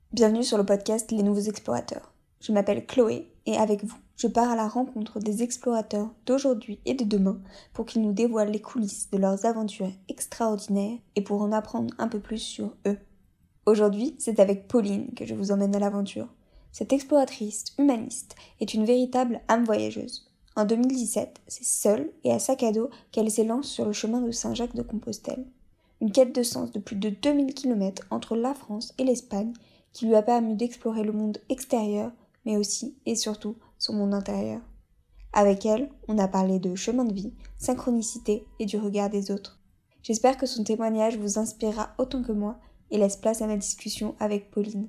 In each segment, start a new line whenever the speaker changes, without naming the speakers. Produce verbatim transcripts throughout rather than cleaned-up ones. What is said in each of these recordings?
Bienvenue sur le podcast Les Nouveaux Explorateurs. Je m'appelle Chloé et avec vous, je pars à la rencontre des explorateurs d'aujourd'hui et de demain pour qu'ils nous dévoilent les coulisses de leurs aventures extraordinaires et pour en apprendre un peu plus sur eux. Aujourd'hui, c'est avec Pauline que je vous emmène à l'aventure. Cette exploratrice humaniste est une véritable âme voyageuse. En deux mille dix-sept, c'est seule et à sac à dos qu'elle s'élance sur le chemin de Saint-Jacques-de-Compostelle. Une quête de sens de plus de deux mille kilomètres entre la France et l'Espagne qui lui a permis d'explorer le monde extérieur, mais aussi et surtout son monde intérieur. Avec elle, on a parlé de chemin de vie, synchronicité et du regard des autres. J'espère que son témoignage vous inspirera autant que moi et laisse place à ma discussion avec Pauline.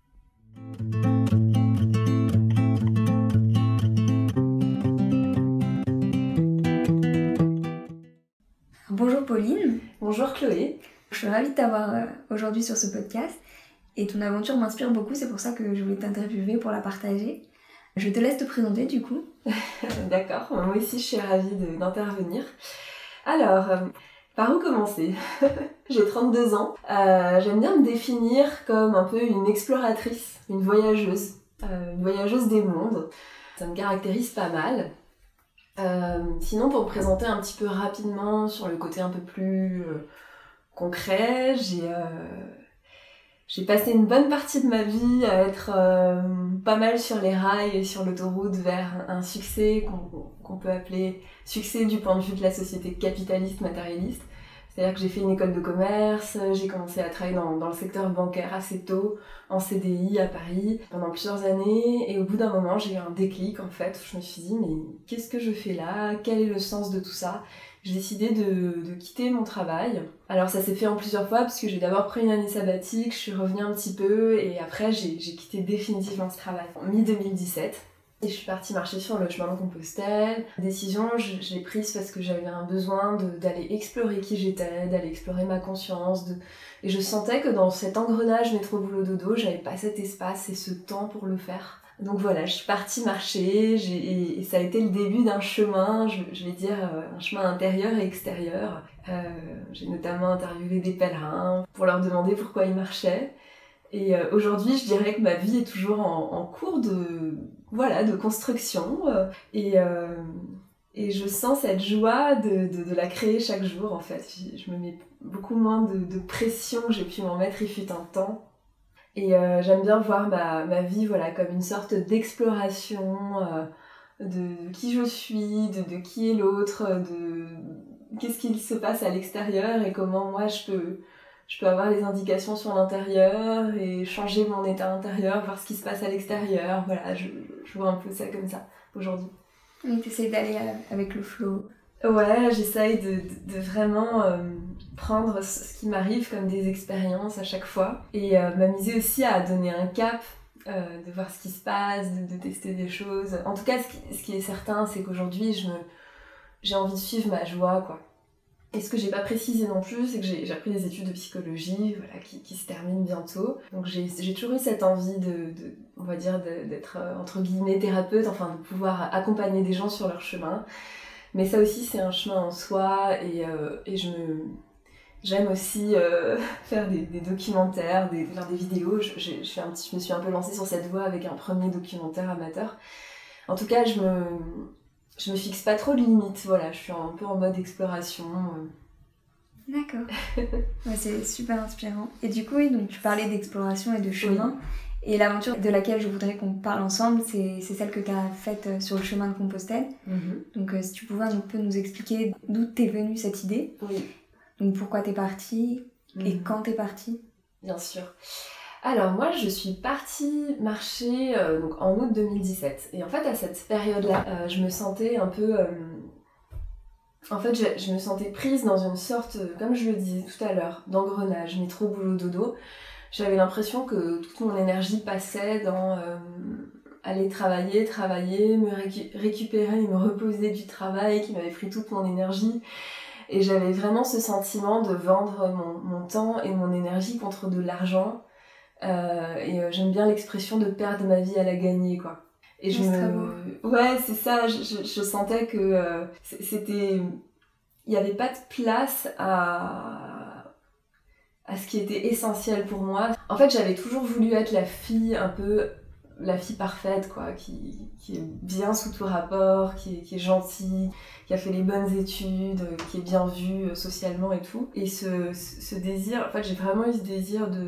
Bonjour Pauline.
Bonjour Chloé.
Je suis ravie de t'avoir aujourd'hui sur ce podcast. Et ton aventure m'inspire beaucoup, c'est pour ça que je voulais t'interviewer pour la partager. Je te laisse te présenter du coup.
D'accord, moi aussi je suis ravie de, d'intervenir. Alors, euh, par où commencer? J'ai trente-deux ans. Euh, j'aime bien me définir comme un peu une exploratrice, une voyageuse, euh, une voyageuse des mondes. Ça me caractérise pas mal. Euh, sinon, pour me présenter un petit peu rapidement sur le côté un peu plus euh, concret, j'ai... Euh, J'ai passé une bonne partie de ma vie à être euh, pas mal sur les rails et sur l'autoroute vers un succès qu'on, qu'on peut appeler succès du point de vue de la société capitaliste matérialiste. C'est-à-dire que j'ai fait une école de commerce, j'ai commencé à travailler dans, dans le secteur bancaire assez tôt, en C D I à Paris, pendant plusieurs années. Et au bout d'un moment, j'ai eu un déclic en fait, où je me suis dit mais qu'est-ce que je fais là? Quel est le sens de tout ça? J'ai décidé de, de quitter mon travail. Alors ça s'est fait en plusieurs fois parce que j'ai d'abord pris une année sabbatique, je suis revenue un petit peu et après j'ai, j'ai quitté définitivement ce travail en mi deux mille dix-sept. Et je suis partie marcher sur le chemin de Compostelle. La décision, je, je l'ai prise parce que j'avais un besoin de, d'aller explorer qui j'étais, d'aller explorer ma conscience. De... Et je sentais que dans cet engrenage métro-boulot-dodo, j'avais pas cet espace et ce temps pour le faire. Donc voilà, je suis partie marcher j'ai, et, et ça a été le début d'un chemin, je, je vais dire un chemin intérieur et extérieur. Euh, j'ai notamment interviewé des pèlerins pour leur demander pourquoi ils marchaient. Et euh, aujourd'hui, je dirais que ma vie est toujours en, en cours de, voilà, de construction euh, et, euh, et je sens cette joie de, de, de la créer chaque jour en fait. Je, je me mets beaucoup moins de, de pression que j'ai pu m'en mettre il fut un temps. Et euh, j'aime bien voir ma, ma vie voilà, comme une sorte d'exploration euh, de qui je suis, de, de qui est l'autre, de qu'est-ce qu'il se passe à l'extérieur et comment moi je peux, je peux avoir des indications sur l'intérieur et changer mon état intérieur, voir ce qui se passe à l'extérieur. Voilà, je, je vois un peu ça comme ça aujourd'hui.
Oui, tu essaies d'aller avec le flow.
Ouais, j'essaye de, de, de vraiment euh, prendre ce qui m'arrive comme des expériences à chaque fois et euh, m'amuser aussi à donner un cap, euh, de voir ce qui se passe, de, de tester des choses. En tout cas, ce qui, ce qui est certain, c'est qu'aujourd'hui, je me, j'ai envie de suivre ma joie, quoi. Et ce que j'ai pas précisé non plus, c'est que j'ai, j'ai appris des études de psychologie, voilà, qui, qui se terminent bientôt. Donc j'ai, j'ai toujours eu cette envie de, de on va dire, de, d'être euh, entre guillemets thérapeute, enfin de pouvoir accompagner des gens sur leur chemin. Mais ça aussi, c'est un chemin en soi et, euh, et je me... j'aime aussi euh, faire des, des documentaires, des, faire des vidéos. Je, je, je, fais un petit, je me suis un peu lancée sur cette voie avec un premier documentaire amateur. En tout cas, je me, je me fixe pas trop de limites. Voilà, je suis un peu en mode exploration.
D'accord. Ouais, c'est super inspirant. Et du coup, oui, donc, tu parlais d'exploration et de chemin. Oui. Et l'aventure de laquelle je voudrais qu'on parle ensemble, c'est, c'est celle que tu as faite sur le chemin de Compostelle. Mm-hmm. Donc, euh, si tu pouvais un peu nous expliquer d'où t'es venue cette idée. Oui. Donc, pourquoi t'es partie mm-hmm. et quand t'es partie.
Bien sûr. Alors, moi, je suis partie marcher euh, donc, en août deux mille dix-sept. Et en fait, à cette période-là, euh, je me sentais un peu... Euh, en fait, je, je me sentais prise dans une sorte, comme je le disais tout à l'heure, d'engrenage, métro, boulot, dodo. J'avais l'impression que toute mon énergie passait dans euh, aller travailler, travailler, me récu- récupérer et me reposer du travail qui m'avait pris toute mon énergie. Et j'avais vraiment ce sentiment de vendre mon, mon temps et mon énergie contre de l'argent. Euh, et euh, j'aime bien l'expression de perdre ma vie à la gagner, quoi. Et je me... Ouais, c'est ça, je, je, je sentais que euh, c'était... Il n'y avait pas de place à... à ce qui était essentiel pour moi. En fait, j'avais toujours voulu être la fille un peu, la fille parfaite, quoi, qui, qui est bien sous tout rapport, qui est, qui est gentille, qui a fait les bonnes études, qui est bien vue socialement et tout. Et ce, ce désir, en fait, j'ai vraiment eu ce désir de,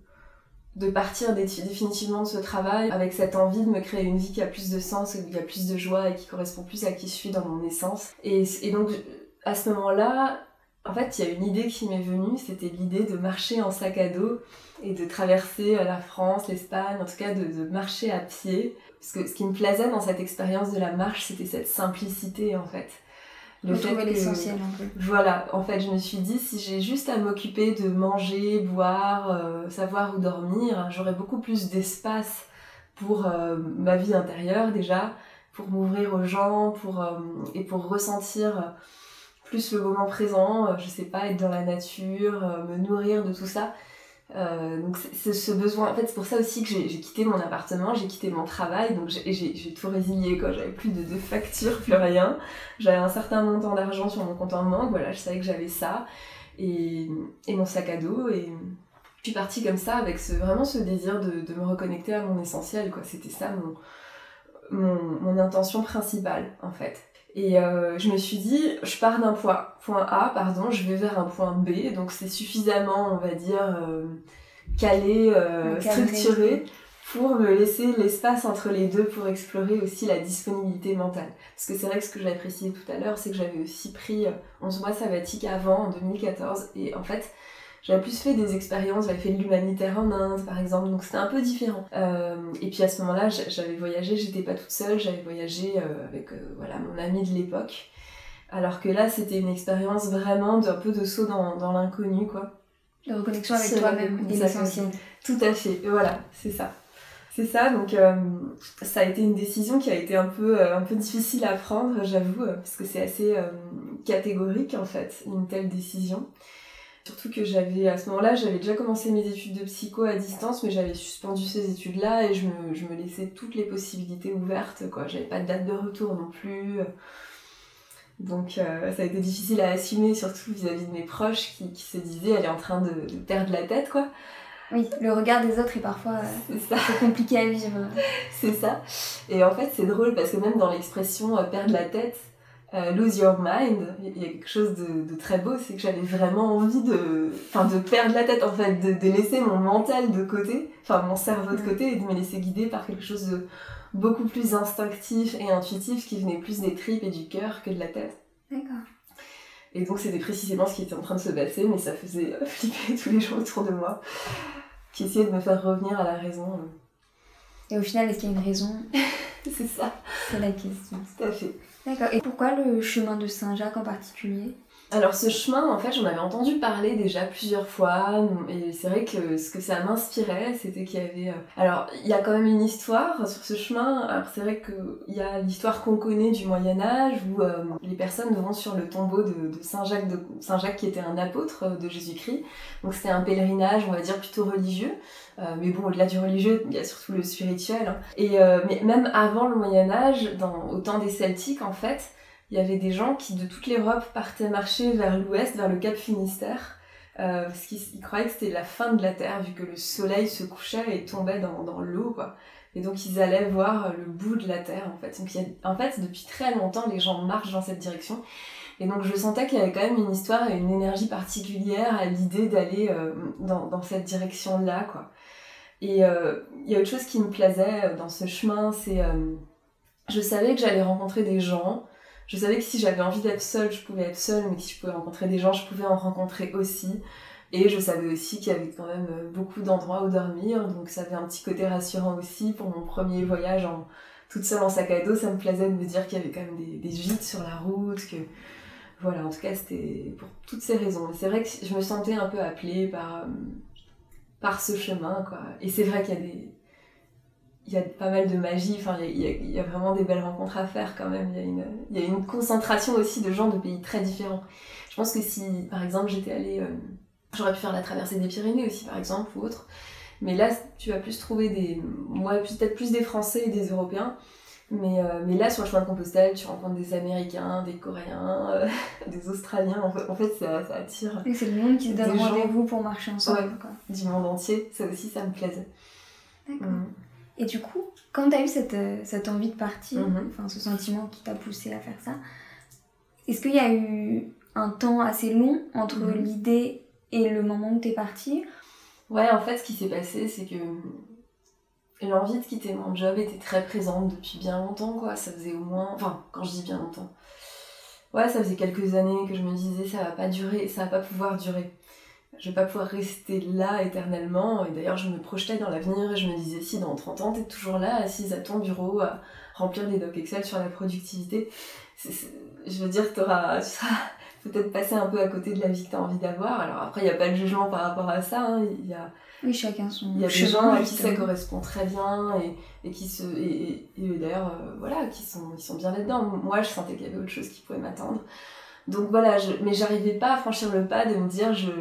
de partir définitivement de ce travail avec cette envie de me créer une vie qui a plus de sens, où il y a plus de joie et qui correspond plus à qui je suis dans mon essence. Et, et donc, à ce moment-là, en fait, il y a une idée qui m'est venue, c'était l'idée de marcher en sac à dos et de traverser la France, l'Espagne, en tout cas de, de marcher à pied. Parce que ce qui me plaisait dans cette expérience de la marche, c'était cette simplicité, en fait.
Le fait que... l'essentiel un peu.
Voilà, en fait, je me suis dit, si j'ai juste à m'occuper de manger, boire, euh, savoir où dormir, j'aurais beaucoup plus d'espace pour euh, ma vie intérieure déjà, pour m'ouvrir aux gens, pour, euh, et pour ressentir plus le moment présent, euh, je sais pas, être dans la nature, euh, me nourrir de tout ça. Euh, donc c'est, c'est ce besoin, en fait c'est pour ça aussi que j'ai, j'ai quitté mon appartement, j'ai quitté mon travail, donc j'ai, j'ai, j'ai tout résilié, quoi. J'avais plus de, de factures, plus rien, j'avais un certain montant d'argent sur mon compte en banque, voilà, je savais que j'avais ça, et, et mon sac à dos, et je suis partie comme ça avec ce, vraiment ce désir de, de me reconnecter à mon essentiel, quoi. C'était ça mon, mon, mon intention principale, en fait. Et euh, je me suis dit, je pars d'un point, point A, pardon, je vais vers un point B, donc c'est suffisamment, on va dire, euh, calé, euh, structuré, pour me laisser l'espace entre les deux pour explorer aussi la disponibilité mentale. Parce que c'est vrai que ce que j'appréciais tout à l'heure, c'est que j'avais aussi pris onze mois sabbatiques avant, en deux mille quatorze, et en fait, j'avais plus fait des expériences, j'avais fait de l'humanitaire en Inde par exemple, donc c'était un peu différent. Euh, et puis à ce moment-là, j'avais voyagé, j'étais pas toute seule, j'avais voyagé euh, avec euh, voilà, mon amie de l'époque. Alors que là, c'était une expérience vraiment d'un peu de saut dans, dans l'inconnu, quoi.
De reconnexion avec toi-même et l'essentiel.
Tout à fait, et voilà, c'est ça. C'est ça, donc euh, ça a été une décision qui a été un peu, euh, un peu difficile à prendre, j'avoue, euh, parce que c'est assez euh, catégorique en fait, une telle décision. Surtout que j'avais, à ce moment-là, j'avais déjà commencé mes études de psycho à distance, mais j'avais suspendu ces études-là et je me, je me laissais toutes les possibilités ouvertes, quoi. J'avais pas de date de retour non plus. Donc euh, ça a été difficile à assumer, surtout vis-à-vis de mes proches qui, qui se disaient, elle est en train de, de perdre la tête, quoi.
Oui, le regard des autres est parfois euh, c'est ça. C'est compliqué à vivre.
C'est ça. Et en fait, c'est drôle parce que même dans l'expression euh, perdre la tête, Uh, lose your mind, il y a quelque chose de, de très beau, c'est que j'avais vraiment envie de, enfin, de perdre la tête en fait, de, de laisser mon mental de côté, enfin mon cerveau de côté et de me laisser guider par quelque chose de beaucoup plus instinctif et intuitif qui venait plus des tripes et du cœur que de la tête.
D'accord.
Et donc c'était précisément ce qui était en train de se passer, mais ça faisait flipper tous les gens autour de moi, qui essayaient de me faire revenir à la raison.
Et au final, est-ce qu'il y a une raison ?
C'est ça.
C'est la question.
Tout à fait.
D'accord. Et pourquoi le chemin de Saint-Jacques en particulier ?
Alors ce chemin, en fait, j'en avais entendu parler déjà plusieurs fois, et c'est vrai que ce que ça m'inspirait, c'était qu'il y avait... Euh... Alors, il y a quand même une histoire sur ce chemin. Alors c'est vrai qu'il y a l'histoire qu'on connaît du Moyen-Âge, où euh, les personnes vont sur le tombeau de, de Saint-Jacques, de Saint-Jacques qui était un apôtre de Jésus-Christ. Donc c'était un pèlerinage, on va dire, plutôt religieux. Euh, mais bon, au-delà du religieux, il y a surtout le spirituel. Hein. Et euh, mais même avant le Moyen-Âge, dans, au temps des Celtiques, en fait, il y avait des gens qui, de toute l'Europe, partaient marcher vers l'ouest, vers le Cap Finistère, euh, parce qu'ils ils croyaient que c'était la fin de la Terre, vu que le soleil se couchait et tombait dans, dans l'eau, quoi. Et donc, ils allaient voir le bout de la Terre, en fait. Donc, il y a, en fait, depuis très longtemps, les gens marchent dans cette direction. Et donc, je sentais qu'il y avait quand même une histoire et une énergie particulière à l'idée d'aller euh, dans, dans cette direction-là, quoi. Et euh, il y a autre chose qui me plaisait dans ce chemin, c'est... Euh, je savais que j'allais rencontrer des gens. Je savais que si j'avais envie d'être seule, je pouvais être seule, mais que si je pouvais rencontrer des gens, je pouvais en rencontrer aussi. Et je savais aussi qu'il y avait quand même beaucoup d'endroits où dormir, donc ça avait un petit côté rassurant aussi pour mon premier voyage en, toute seule en sac à dos. Ça me plaisait de me dire qu'il y avait quand même des, des gîtes sur la route, que... Voilà, en tout cas, c'était pour toutes ces raisons. Et c'est vrai que je me sentais un peu appelée par, par ce chemin, quoi. Et c'est vrai qu'il y a des... Il y a pas mal de magie, enfin, il y a, il y a vraiment des belles rencontres à faire quand même. Il y a une, il y a une concentration aussi de gens de pays très différents. Je pense que si, par exemple, j'étais allée... Euh, j'aurais pu faire la traversée des Pyrénées aussi, par exemple, ou autre. Mais là, tu vas plus trouver des... Moi, peut-être plus des Français et des Européens. Mais, euh, mais là, sur le chemin de Compostelle, tu rencontres des Américains, des Coréens, euh, des Australiens. En fait, en fait ça, ça attire.
Et c'est le monde qui se donne
gens...
rendez-vous pour marcher ensemble.
Ouais,
quoi.
Du monde entier. Ça aussi, ça me plaisait.
D'accord. Mmh. Et du coup, quand tu as eu cette, cette envie de partir,
mmh.
enfin ce sentiment qui t'a poussé à faire ça, est-ce qu'il y a eu un temps assez long entre mmh. l'idée et le moment où t'es partie ?
Ouais, en fait, ce qui s'est passé, c'est que l'envie de quitter mon job était très présente depuis bien longtemps, quoi. Ça faisait au moins... Enfin, quand je dis bien longtemps... Ouais, ça faisait quelques années que je me disais, ça va pas durer, ça va pas pouvoir durer. Je vais pas pouvoir rester là éternellement. Et d'ailleurs, je me projetais dans l'avenir et je me disais, si dans trente ans, t'es toujours là, assise à ton bureau, à remplir des docs Excel sur la productivité, c'est, c'est, je veux dire, t'auras, tu seras peut-être passé un peu à côté de la vie que t'as envie d'avoir. Alors après, il n'y a pas de jugement par rapport à ça. Hein. Il y a,
oui, chacun son
Il y a des
chemin,
gens à qui
justement.
ça correspond très bien et, et qui se... Et, et, et d'ailleurs, euh, voilà, qui sont, qui sont bien là-dedans. Moi, je sentais qu'il y avait autre chose qui pouvait m'attendre. Donc voilà, je, mais j'arrivais pas à franchir le pas de me dire, je...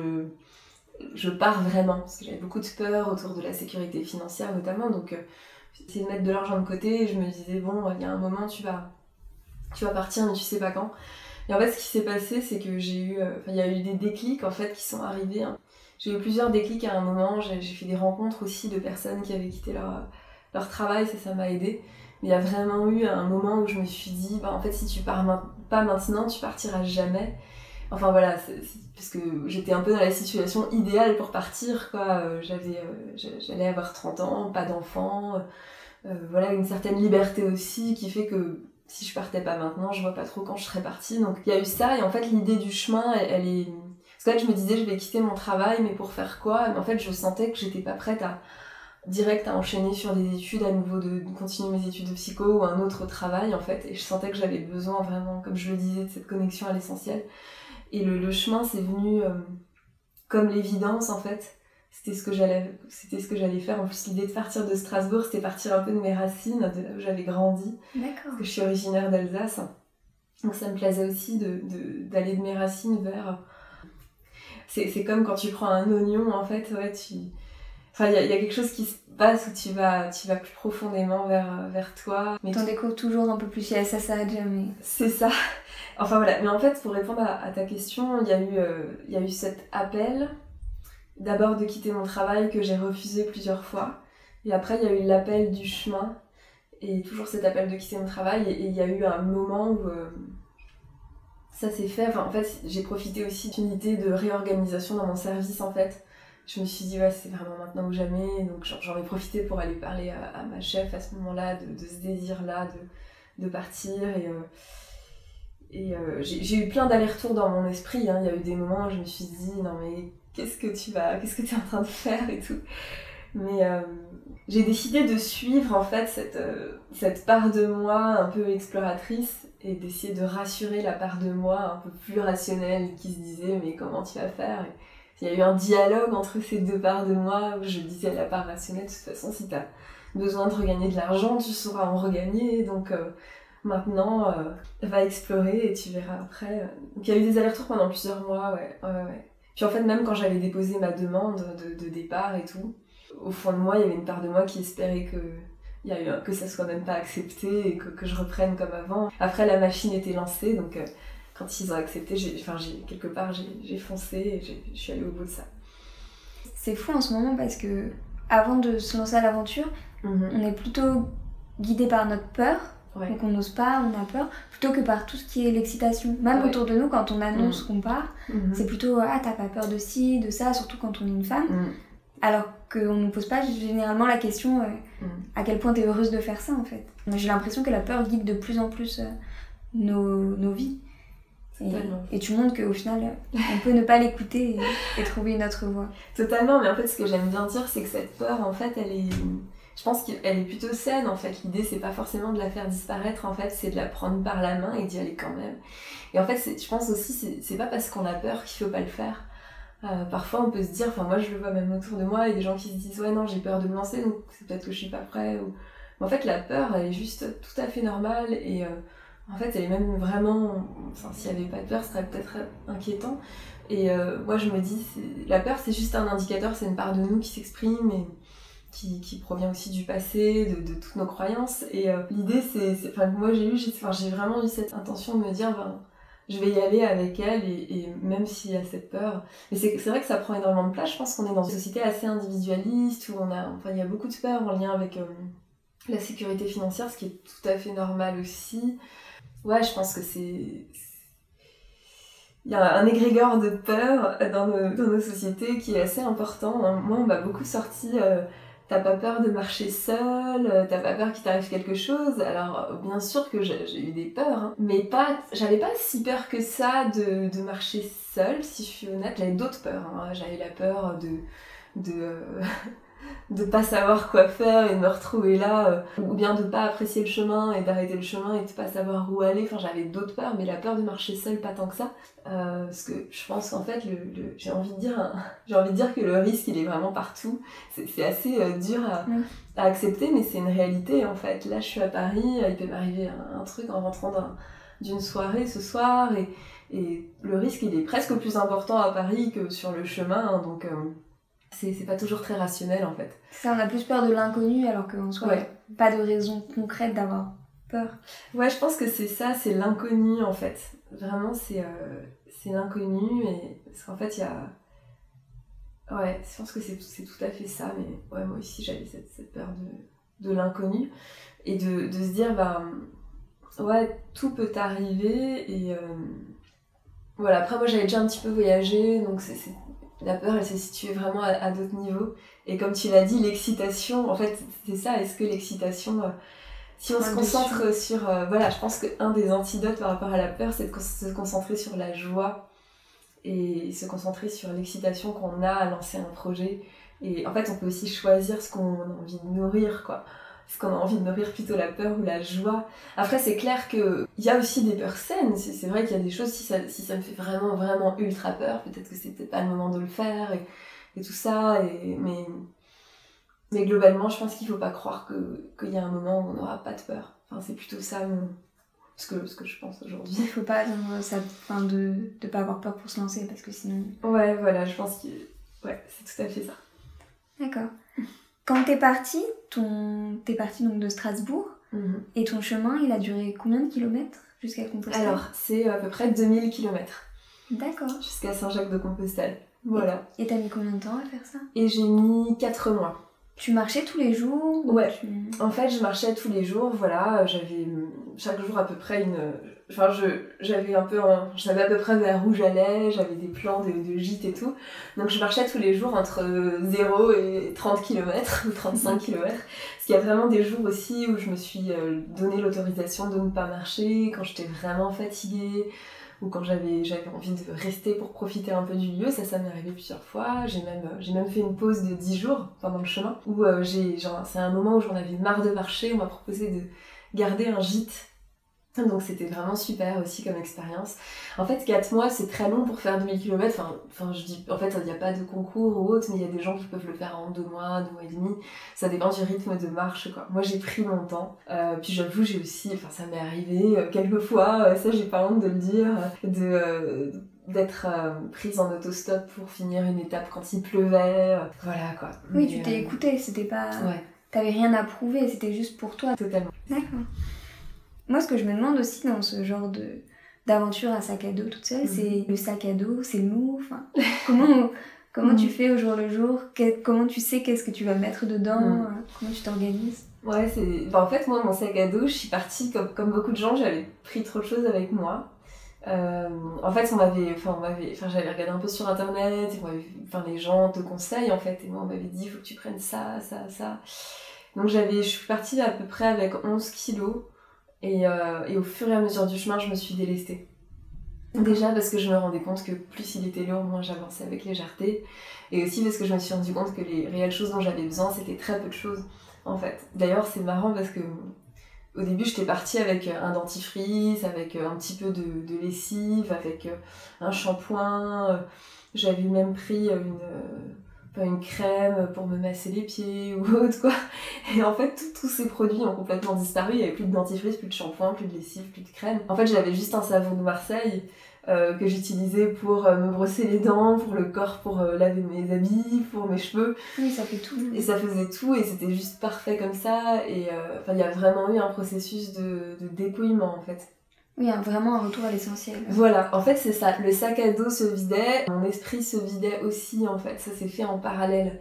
je pars vraiment, parce que j'avais beaucoup de peur autour de la sécurité financière notamment, donc euh, j'essayais de mettre de l'argent de côté et je me disais bon, il y a un moment tu vas, tu vas partir mais tu sais pas quand. Et en fait ce qui s'est passé c'est que j'ai eu, euh, il y a eu des déclics en fait qui sont arrivés, hein. J'ai eu plusieurs déclics à un moment, j'ai, j'ai fait des rencontres aussi de personnes qui avaient quitté leur, leur travail, ça ça m'a aidé. Mais il y a vraiment eu un moment où je me suis dit, bah, en fait si tu pars ma- pas maintenant, tu partiras jamais. Enfin voilà, c'est, c'est, parce que j'étais un peu dans la situation idéale pour partir, quoi. Euh, j'avais, euh, j'allais avoir trente ans, pas d'enfants, euh, voilà, une certaine liberté aussi qui fait que si je partais pas maintenant, je vois pas trop quand je serais partie. Donc il y a eu ça, et en fait l'idée du chemin, elle, elle est... Parce que là je me disais, je vais quitter mon travail, mais pour faire quoi ? Mais en fait je sentais que j'étais pas prête à direct à enchaîner sur des études, à nouveau de, de continuer mes études de psycho ou un autre travail en fait, et je sentais que j'avais besoin vraiment, comme je le disais, de cette connexion à l'essentiel. Et le, le chemin, c'est venu euh, comme l'évidence, en fait. C'était ce que j'allais, c'était ce que j'allais faire. En plus, l'idée de partir de Strasbourg, c'était partir un peu de mes racines, de là où j'avais grandi.
D'accord.
Parce que je suis originaire d'Alsace. Donc ça me plaisait aussi de, de, d'aller de mes racines vers... C'est, c'est comme quand tu prends un oignon, en fait, ouais, tu... Enfin, il y, y a quelque chose qui se passe où tu vas, tu vas plus profondément vers, vers toi.
Mais t'en tu... découvres toujours un peu plus, ça, ça s'arrête jamais.
C'est ça. Enfin voilà, mais en fait, pour répondre à, à ta question, il y a eu, euh, il y a eu cet appel, d'abord de quitter mon travail que j'ai refusé plusieurs fois, et après il y a eu l'appel du chemin, et toujours cet appel de quitter mon travail, et, et il y a eu un moment où euh, ça s'est fait. Enfin, en fait, j'ai profité aussi d'une idée de réorganisation dans mon service, en fait. Je me suis dit, ouais, c'est vraiment maintenant ou jamais, donc j'en, j'en ai profité pour aller parler à, à ma chef à ce moment-là, de, de ce désir-là, de, de partir, et... Euh, Et euh, j'ai, j'ai eu plein d'allers-retours dans mon esprit, hein. Il y a eu des moments où je me suis dit, non mais qu'est-ce que tu vas, qu'est-ce que tu es en train de faire et tout. Mais euh, j'ai décidé de suivre en fait cette, euh, cette part de moi un peu exploratrice et d'essayer de rassurer la part de moi un peu plus rationnelle qui se disait, mais comment tu vas faire ? Et il y a eu un dialogue entre ces deux parts de moi où je disais à la part rationnelle, de toute façon, si tu as besoin de regagner de l'argent, tu sauras en regagner, donc... Euh, Maintenant, euh, va explorer et tu verras après. Donc il y a eu des allers-retours pendant plusieurs mois, ouais, ouais, ouais. Puis en fait, même quand j'avais déposé ma demande de, de départ et tout, au fond de moi, il y avait une part de moi qui espérait que, il y a eu un, que ça soit même pas accepté et que, que je reprenne comme avant. Après, la machine était lancée, donc euh, quand ils ont accepté, j'ai, enfin, j'ai, quelque part, j'ai, j'ai foncé et j'ai, je suis allée au bout de ça.
C'est fou en ce moment parce que, avant de se lancer à l'aventure, mm-hmm. on est plutôt guidé par notre peur. Ouais. Donc on n'ose pas, on a peur, plutôt que par tout ce qui est l'excitation. Même ouais. autour de nous, quand on annonce mmh. qu'on part, mmh. c'est plutôt « Ah, t'as pas peur de ci, de ça », surtout quand on est une femme. Mmh. Alors qu'on ne nous pose pas généralement la question euh, mmh. à quel point t'es heureuse de faire ça, en fait. J'ai l'impression que la peur guide de plus en plus euh, nos, nos vies. Et, et tu montres qu'au final, on peut ne pas l'écouter et, et trouver une autre voie.
Totalement, mais en fait, ce que j'aime bien dire, c'est que cette peur, en fait, elle est... Je pense qu'elle est plutôt saine en fait. L'idée c'est pas forcément de la faire disparaître en fait, c'est de la prendre par la main et d'y aller quand même. Et en fait, c'est, je pense aussi c'est, c'est pas parce qu'on a peur qu'il faut pas le faire. Euh, parfois on peut se dire, enfin moi je le vois même autour de moi, il y a des gens qui se disent ouais non j'ai peur de me lancer donc c'est peut-être que je suis pas prêt. Ou... Mais en fait la peur elle est juste tout à fait normale et euh, en fait elle est même vraiment, enfin s'il y avait pas de peur ce serait peut-être inquiétant. Et euh, moi je me dis, c'est... la peur c'est juste un indicateur, c'est une part de nous qui s'exprime et qui, qui provient aussi du passé, de, de toutes nos croyances. Et euh, l'idée, c'est, c'est... Enfin, moi, j'ai eu, j'ai, enfin, j'ai vraiment eu cette intention de me dire, ben, je vais y aller avec elle, et, et même s'il y a cette peur. Mais c'est, c'est vrai que ça prend énormément de place. Je pense qu'on est dans une société assez individualiste, où on a, enfin, il y a beaucoup de peur en lien avec euh, la sécurité financière, ce qui est tout à fait normal aussi. Ouais, je pense que c'est... Il y a un égrégore de peur dans nos, dans nos sociétés qui est assez important. Moi, on m'a beaucoup sorti euh, « t'as pas peur de marcher seule, t'as pas peur qu'il t'arrive quelque chose ?» Alors, bien sûr que j'ai, j'ai eu des peurs, hein, mais pas, j'avais pas si peur que ça de, de marcher seule, si je suis honnête. J'avais d'autres peurs, hein. J'avais la peur de... de euh, de pas savoir quoi faire et de me retrouver là, euh, ou bien de pas apprécier le chemin et d'arrêter le chemin et de pas savoir où aller. Enfin, j'avais d'autres peurs, mais la peur de marcher seule, pas tant que ça, euh, parce que je pense qu'en fait, le, le, j'ai envie de dire, hein, j'ai envie de dire que le risque, il est vraiment partout. C'est, c'est assez euh, dur à, mmh. à accepter, mais c'est une réalité en fait. Là, je suis à Paris, il peut m'arriver un, un truc en rentrant d'un, d'une soirée ce soir, et, et le risque, il est presque plus important à Paris que sur le chemin, hein, donc. Euh, C'est, c'est pas toujours très rationnel en fait.
Ça, on a plus peur de l'inconnu alors qu'en soi, ouais. Pas de raison concrète d'avoir peur.
Ouais, je pense que c'est ça, c'est l'inconnu en fait. Vraiment, c'est, euh, c'est l'inconnu, et parce qu'en fait, il y a... Ouais, je pense que c'est, c'est tout à fait ça, mais ouais, moi aussi, j'avais cette, cette peur de, de l'inconnu, et de, de se dire, bah, ouais, tout peut arriver, et... Euh, voilà, après, moi, j'avais déjà un petit peu voyagé, donc c'est... c'est... La peur, elle s'est située vraiment à, à d'autres niveaux. Et comme tu l'as dit, l'excitation, en fait, c'est ça. Est-ce que l'excitation... Euh, si on se concentre dessus. sur... Euh, voilà, je pense qu'un des antidotes par rapport à la peur, c'est de se concentrer sur la joie et se concentrer sur l'excitation qu'on a à lancer un projet. Et en fait, on peut aussi choisir ce qu'on a envie de nourrir, quoi. Est-ce qu'on a envie de nourrir plutôt la peur ou la joie? Après, c'est clair qu'il y a aussi des peurs saines. C'est, c'est vrai qu'il y a des choses, si ça, si ça me fait vraiment, vraiment ultra peur, peut-être que c'est peut-être pas le moment de le faire, et, et tout ça. Et, mais, mais globalement, je pense qu'il faut pas croire que, qu'il y a un moment où on n'aura pas de peur. Enfin, c'est plutôt ça mon, ce, que, ce que je pense aujourd'hui.
Il faut pas attendre ça, enfin, de ne pas avoir peur pour se lancer, parce que sinon...
Ouais, voilà, je pense que ouais, c'est tout à fait ça.
D'accord. Quand t'es partie, ton... t'es partie donc de Strasbourg, mmh. Et ton chemin, il a duré combien de kilomètres jusqu'à Compostelle?
Alors, c'est à peu près deux mille kilomètres.
D'accord.
Jusqu'à Saint-Jacques-de-Compostelle. Voilà.
Et, et t'as mis combien de temps à faire ça?
Et j'ai mis quatre mois.
Tu marchais tous les jours?
Ouais.
Tu...
En fait, je marchais tous les jours, voilà. J'avais chaque jour à peu près une... Enfin, je, j'avais un peu... Un... Je savais à peu près vers où j'allais, j'avais des plans de, de gîte et tout. Donc, je marchais tous les jours entre zéro et trente kilomètres, ou trente-cinq kilomètres. Parce qu'il y a vraiment des jours aussi où je me suis donné l'autorisation de ne pas marcher, quand j'étais vraiment fatiguée, ou quand j'avais, j'avais envie de rester pour profiter un peu du lieu. Ça, ça m'est arrivé plusieurs fois. J'ai même, j'ai même fait une pause de dix jours pendant le chemin, où euh, j'ai, genre, c'est un moment où j'en avais marre de marcher. On m'a proposé de garder un gîte. Donc c'était vraiment super aussi comme expérience. En fait, quatre mois, c'est très long pour faire deux mille kilomètres. Enfin, enfin, je dis, en fait, il n'y a pas de concours ou autre, mais il y a des gens qui peuvent le faire en deux mois, deux mois et demi. Ça dépend du rythme de marche, quoi. Moi, j'ai pris mon temps. Euh, puis j'avoue, j'ai aussi, enfin, ça m'est arrivé euh, quelques fois, euh, ça, j'ai pas honte de le dire, de... Euh, d'être euh, prise en autostop pour finir une étape quand il pleuvait. Euh, voilà, quoi.
Oui,
mais,
tu t'es
euh...
écoutée, c'était pas...
Ouais.
T'avais rien à prouver, c'était juste pour toi.
Totalement.
D'accord. Moi, ce que je me demande aussi dans ce genre de, d'aventure à sac à dos toute seule, mmh. c'est le sac à dos, c'est lourd, enfin, comment, comment mmh. tu fais au jour le jour, que, comment tu sais qu'est-ce que tu vas mettre dedans, mmh. euh, comment tu t'organises?
Ouais, c'est... Enfin, en fait, moi, mon sac à dos, je suis partie, comme, comme beaucoup de gens, j'avais pris trop de choses avec moi. Euh, en fait, on m'avait, enfin, on m'avait, enfin, j'avais regardé un peu sur internet, et on m'avait, enfin, les gens te conseillent, en fait, et moi, on m'avait dit, il faut que tu prennes ça, ça, ça. Donc, j'avais, je suis partie à peu près avec onze kilos. Et, euh, et au fur et à mesure du chemin, je me suis délestée. Déjà parce que je me rendais compte que plus il était lourd, moins j'avançais avec légèreté. Et aussi parce que je me suis rendu compte que les réelles choses dont j'avais besoin, c'était très peu de choses, en fait. D'ailleurs, c'est marrant parce que au début, j'étais partie avec un dentifrice, avec un petit peu de, de lessive, avec un shampoing. J'avais même pris une... Pas une crème pour me masser les pieds ou autre, quoi. Et en fait, tous ces produits ont complètement disparu. Il n'y avait plus de dentifrice, plus de shampoing, plus de lessive, plus de crème. En fait, j'avais juste un savon de Marseille euh, que j'utilisais pour euh, me brosser les dents, pour le corps, pour euh, laver mes habits, pour mes cheveux.
Oui, ça fait tout.
Et ça faisait tout et c'était juste parfait comme ça. Et enfin, euh, il y a vraiment eu un processus de, de dépouillement en fait.
Oui, vraiment un retour à l'essentiel.
Voilà, en fait c'est ça. Le sac à dos se vidait, mon esprit se vidait aussi en fait. Ça s'est fait en parallèle.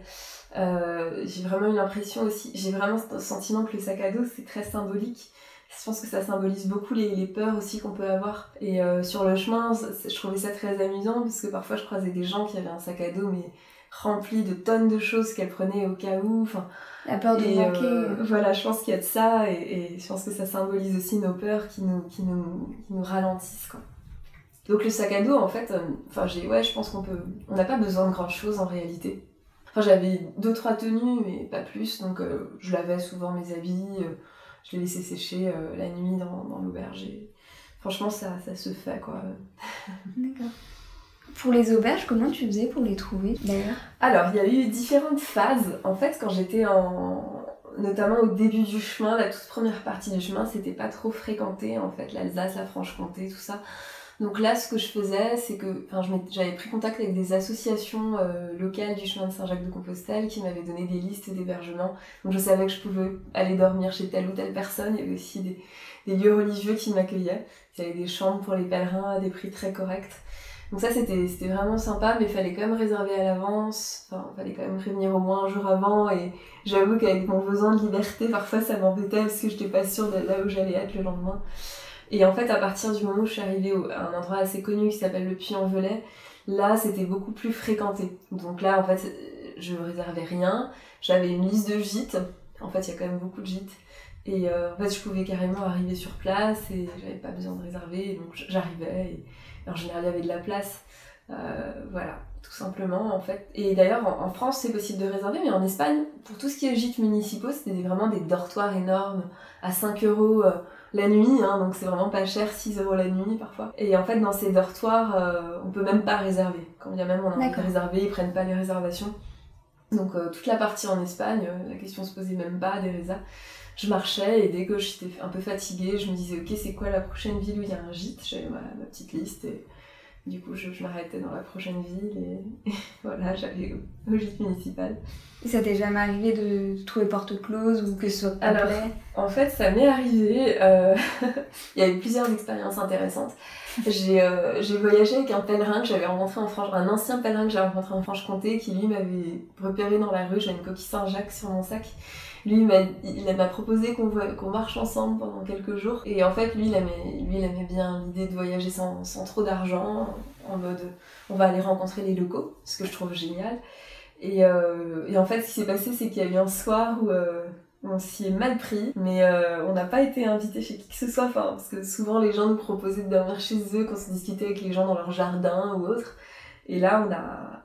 Euh, j'ai vraiment eu l'impression aussi, j'ai vraiment ce sentiment que le sac à dos c'est très symbolique. Je pense que ça symbolise beaucoup les, les peurs aussi qu'on peut avoir. Et euh, sur le chemin, je trouvais ça très amusant parce que parfois je croisais des gens qui avaient un sac à dos mais rempli de tonnes de choses qu'elles prenaient au cas où. Enfin,
la peur de
et,
manquer.
Euh, voilà, je pense qu'il y a de ça et, et je pense que ça symbolise aussi nos peurs qui nous, qui nous, qui nous ralentissent, quoi. Donc le sac à dos, en fait, enfin euh, j'ai, ouais, je pense qu'on peut, on n'a pas besoin de grand chose en réalité. Enfin j'avais deux trois tenues mais pas plus, donc euh, je lavais souvent mes habits, euh, je les laissais sécher euh, la nuit dans, dans l'auberge. Et franchement ça, ça se fait quoi.
D'accord. Pour les auberges, comment tu faisais pour les trouver d'ailleurs ?
Alors, il y a eu différentes phases. En fait, quand j'étais en... notamment au début du chemin, la toute première partie du chemin, c'était pas trop fréquenté, en fait, l'Alsace, la Franche-Comté, tout ça. Donc là, ce que je faisais, c'est que enfin, j'avais pris contact avec des associations euh, locales du chemin de Saint-Jacques-de-Compostelle qui m'avaient donné des listes d'hébergements. Donc je savais que je pouvais aller dormir chez telle ou telle personne. Il y avait aussi des, des lieux religieux qui m'accueillaient. Il y avait des chambres pour les pèlerins à des prix très corrects. Donc ça c'était, c'était vraiment sympa, mais il fallait quand même réserver à l'avance, enfin il fallait quand même prévenir au moins un jour avant, et j'avoue qu'avec mon besoin de liberté, parfois ça m'embêtait parce que j'étais pas sûre de là où j'allais être le lendemain. Et en fait à partir du moment où je suis arrivée à un endroit assez connu qui s'appelle le Puy-en-Velay, là c'était beaucoup plus fréquenté. Donc là en fait je réservais rien, j'avais une liste de gîtes, en fait il y a quand même beaucoup de gîtes. Et euh, en fait, je pouvais carrément arriver sur place et j'avais pas besoin de réserver, donc j'arrivais. Et, et en général, il y avait de la place. Euh, voilà, tout simplement en fait. Et d'ailleurs, en, en France, c'est possible de réserver, mais en Espagne, pour tout ce qui est gîtes municipaux, c'était vraiment des dortoirs énormes à cinq euros euh, la nuit, hein, donc c'est vraiment pas cher, six euros la nuit parfois. Et en fait, dans ces dortoirs, euh, on peut même pas réserver. Quand bien même on a envie de réserver, ils prennent pas les réservations. Donc, euh, toute la partie en Espagne, euh, la question se posait même pas des résas. Je marchais et dès que j'étais un peu fatiguée, je me disais ok c'est quoi la prochaine ville où il y a un gîte, j'avais ma, ma petite liste et du coup je, je m'arrêtais dans la prochaine ville et, et voilà j'allais au, au gîte municipal.
Et ça t'est jamais arrivé de trouver porte close ou que ce soit complet ?
Alors en fait ça m'est arrivé, euh... il y a eu plusieurs expériences intéressantes. J'ai, euh, j'ai voyagé avec un pèlerin que j'avais rencontré en Franche, un ancien pèlerin que j'avais rencontré en Franche-Comté qui lui m'avait repéré dans la rue, j'avais une coquille Saint-Jacques sur mon sac. Lui, il m'a, il m'a proposé qu'on, voit, qu'on marche ensemble pendant quelques jours. Et en fait, lui, il aimait, lui, il aimait bien l'idée de voyager sans, sans trop d'argent, en mode on va aller rencontrer les locaux, ce que je trouve génial. Et, euh, et en fait, ce qui s'est passé, c'est qu'il y a eu un soir où euh, on s'y est mal pris, mais euh, on n'a pas été invité chez qui que ce soit, enfin, parce que souvent les gens nous proposaient de dormir chez eux quand on se discutait avec les gens dans leur jardin ou autre. Et là, on a,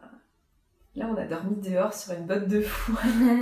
là, on a dormi dehors sur une botte de foin.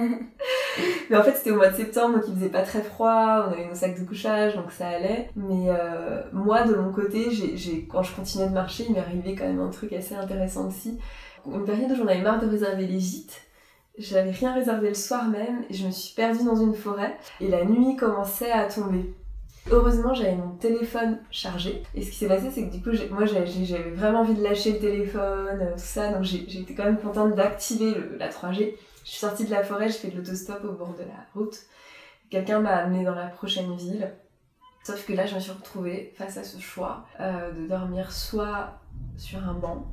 Mais en fait c'était au mois de septembre donc il faisait pas très froid, on avait nos sacs de couchage donc ça allait. Mais euh, moi de mon côté, j'ai, j'ai, quand je continuais de marcher, il m'est arrivé quand même un truc assez intéressant aussi. Une période où j'en avais marre de réserver les gîtes, j'avais rien réservé le soir même et je me suis perdue dans une forêt et la nuit commençait à tomber. Heureusement j'avais mon téléphone chargé et ce qui s'est passé c'est que du coup j'ai, moi j'avais, j'avais vraiment envie de lâcher le téléphone, tout ça, donc j'ai, j'ai été quand même contente d'activer le, la trois G. Je suis sortie de la forêt, j'ai fait de l'autostop au bord de la route. Quelqu'un m'a amenée dans la prochaine ville. Sauf que là, je me suis retrouvée face à ce choix euh, de dormir soit sur un banc,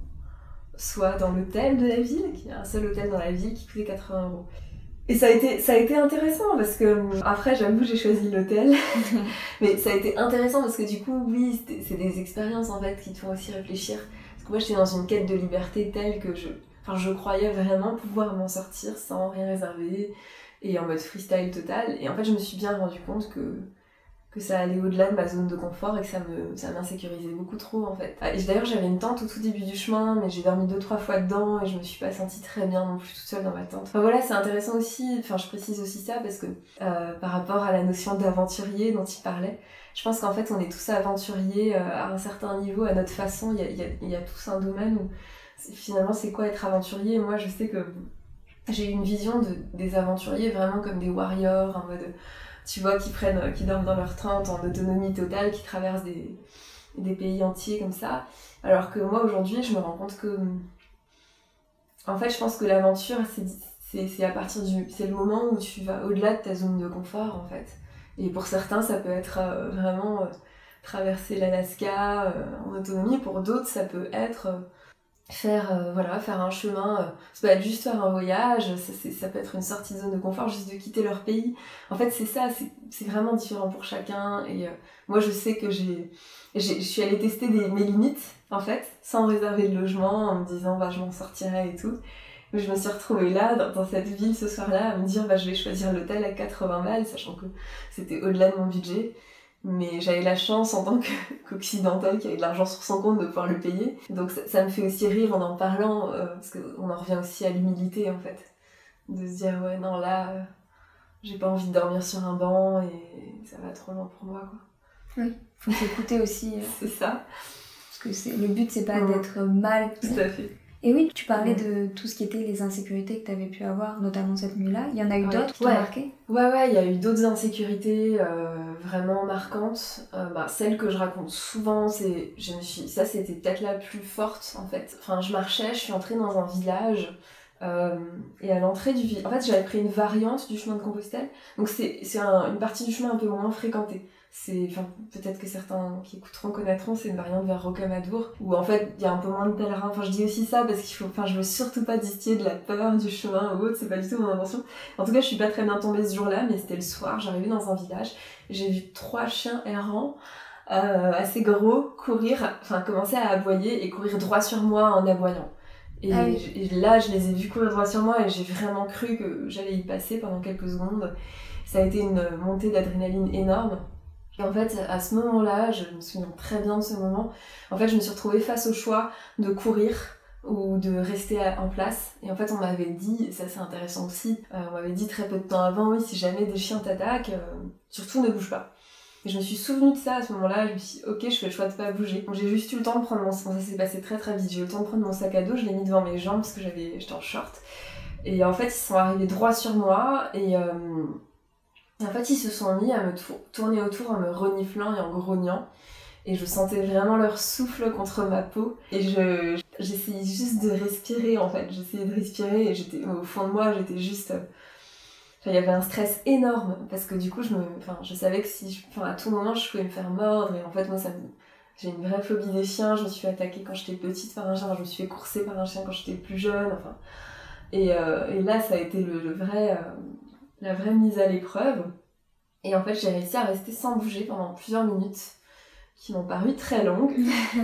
soit dans l'hôtel de la ville, qui est un seul hôtel dans la ville qui coûtait quatre-vingts euros. Et ça a été, ça a été intéressant parce que, après j'avoue j'ai choisi l'hôtel, mais ça a été intéressant parce que du coup, oui, c'est des expériences en fait qui te font aussi réfléchir. Parce que moi j'étais dans une quête de liberté telle que je... Enfin, je croyais vraiment pouvoir m'en sortir sans rien réserver et en mode freestyle total. Et en fait, je me suis bien rendu compte que, que ça allait au-delà de ma zone de confort et que ça, me, ça m'insécurisait beaucoup trop en fait. Et d'ailleurs, j'avais une tente au tout début du chemin, mais j'ai dormi deux trois fois dedans et je me suis pas sentie très bien non plus toute seule dans ma tente. Enfin voilà, c'est intéressant aussi, enfin je précise aussi ça parce que euh, par rapport à la notion d'aventurier dont il parlait, je pense qu'en fait, on est tous aventuriers euh, à un certain niveau, à notre façon. Il y a, il y a, il y a tous un domaine où finalement c'est quoi être aventurier. Moi je sais que j'ai une vision de, des aventuriers vraiment comme des warriors en mode tu vois qui prennent qui dorment dans leur tente en autonomie totale, qui traversent des, des pays entiers comme ça. Alors que moi, aujourd'hui, je me rends compte que... En fait, je pense que l'aventure, c'est, c'est, c'est à partir du... C'est le moment où tu vas au-delà de ta zone de confort, en fait. Et pour certains, ça peut être euh, vraiment euh, traverser l'Alaska euh, en autonomie. Pour d'autres, ça peut être... Euh, faire euh, voilà faire un chemin, euh, ça peut être juste faire un voyage, ça, c'est, ça peut être une sortie de zone de confort, juste de quitter leur pays. En fait c'est ça, c'est, c'est vraiment différent pour chacun. Et euh, moi je sais que j'ai, j'ai je suis allée tester des, mes limites en fait, sans réserver de logement, en me disant bah je m'en sortirai et tout. Mais je me suis retrouvée là dans, dans cette ville ce soir-là à me dire bah je vais choisir l'hôtel à quatre-vingts balles, sachant que c'était au-delà de mon budget. Mais j'avais la chance en tant qu'occidentale qui avait de l'argent sur son compte de pouvoir le payer. Donc ça, ça me fait aussi rire en en parlant, euh, parce qu'on en revient aussi à l'humilité en fait. De se dire ouais non là, euh, j'ai pas envie de dormir sur un banc et ça va trop loin pour moi quoi.
Oui, faut s'écouter aussi. Euh,
c'est ça.
Parce que c'est, le but c'est pas mmh. d'être mal.
Tout à fait.
Et oui, tu parlais de tout ce qui était les insécurités que tu avais pu avoir, notamment cette nuit-là. Il y en a eu
ouais.
d'autres qui
ouais.
t'ont marqué ?
Ouais, ouais, il y a eu d'autres insécurités euh, vraiment marquantes. Euh, bah, celle que je raconte souvent, c'est, je me suis, ça c'était peut-être la plus forte en fait. Enfin, je marchais, je suis entrée dans un village euh, et à l'entrée du village, en fait, j'avais pris une variante du chemin de Compostelle. Donc c'est, c'est un, une partie du chemin un peu moins fréquentée. C'est, enfin, peut-être que certains qui écouteront connaîtront, c'est une variante vers Rocamadour, où en fait il y a un peu moins de pèlerins. Enfin, je dis aussi ça parce qu'il faut, enfin, je veux surtout pas distiller de la peur du chemin ou autre, c'est pas du tout mon intention. En tout cas, je suis pas très bien tombée ce jour-là, mais c'était le soir, j'arrivais dans un village, j'ai vu trois chiens errants, euh, assez gros, courir, enfin, commencer à aboyer et courir droit sur moi en aboyant. Et, ah oui. et là, je les ai vus courir droit sur moi et j'ai vraiment cru que j'allais y passer pendant quelques secondes. Ça a été une montée d'adrénaline énorme. Et en fait, à ce moment-là, je me souviens très bien de ce moment, en fait, je me suis retrouvée face au choix de courir ou de rester en place. Et en fait, on m'avait dit, et ça c'est intéressant aussi, euh, on m'avait dit très peu de temps avant, oui, si jamais des chiens t'attaquent, euh, surtout ne bouge pas. Et je me suis souvenue de ça à ce moment-là, je me suis dit, ok, je fais le choix de pas bouger. Donc j'ai juste eu le temps de prendre mon... Bon, ça s'est passé très très vite, j'ai eu le temps de prendre mon sac à dos, je l'ai mis devant mes jambes parce que j'avais... j'étais en short. Et en fait, ils sont arrivés droit sur moi, et... Euh... En fait, ils se sont mis à me tour- tourner autour en me reniflant et en grognant. Et je sentais vraiment leur souffle contre ma peau. Et je, j'essayais juste de respirer, en fait. J'essayais de respirer et j'étais, au fond de moi, j'étais juste... Enfin, il y avait un stress énorme. Parce que du coup, je, me, enfin, je savais que si je, enfin, à tout moment, je pouvais me faire mordre. Et en fait, moi, ça me... j'ai une vraie phobie des chiens. Je me suis fait attaquer quand j'étais petite par un chien. Je me suis fait courser par un chien quand j'étais plus jeune. Enfin... Et, euh, et là, ça a été le, le vrai... Euh... la vraie mise à l'épreuve. Et en fait, j'ai réussi à rester sans bouger pendant plusieurs minutes, qui m'ont paru très longues.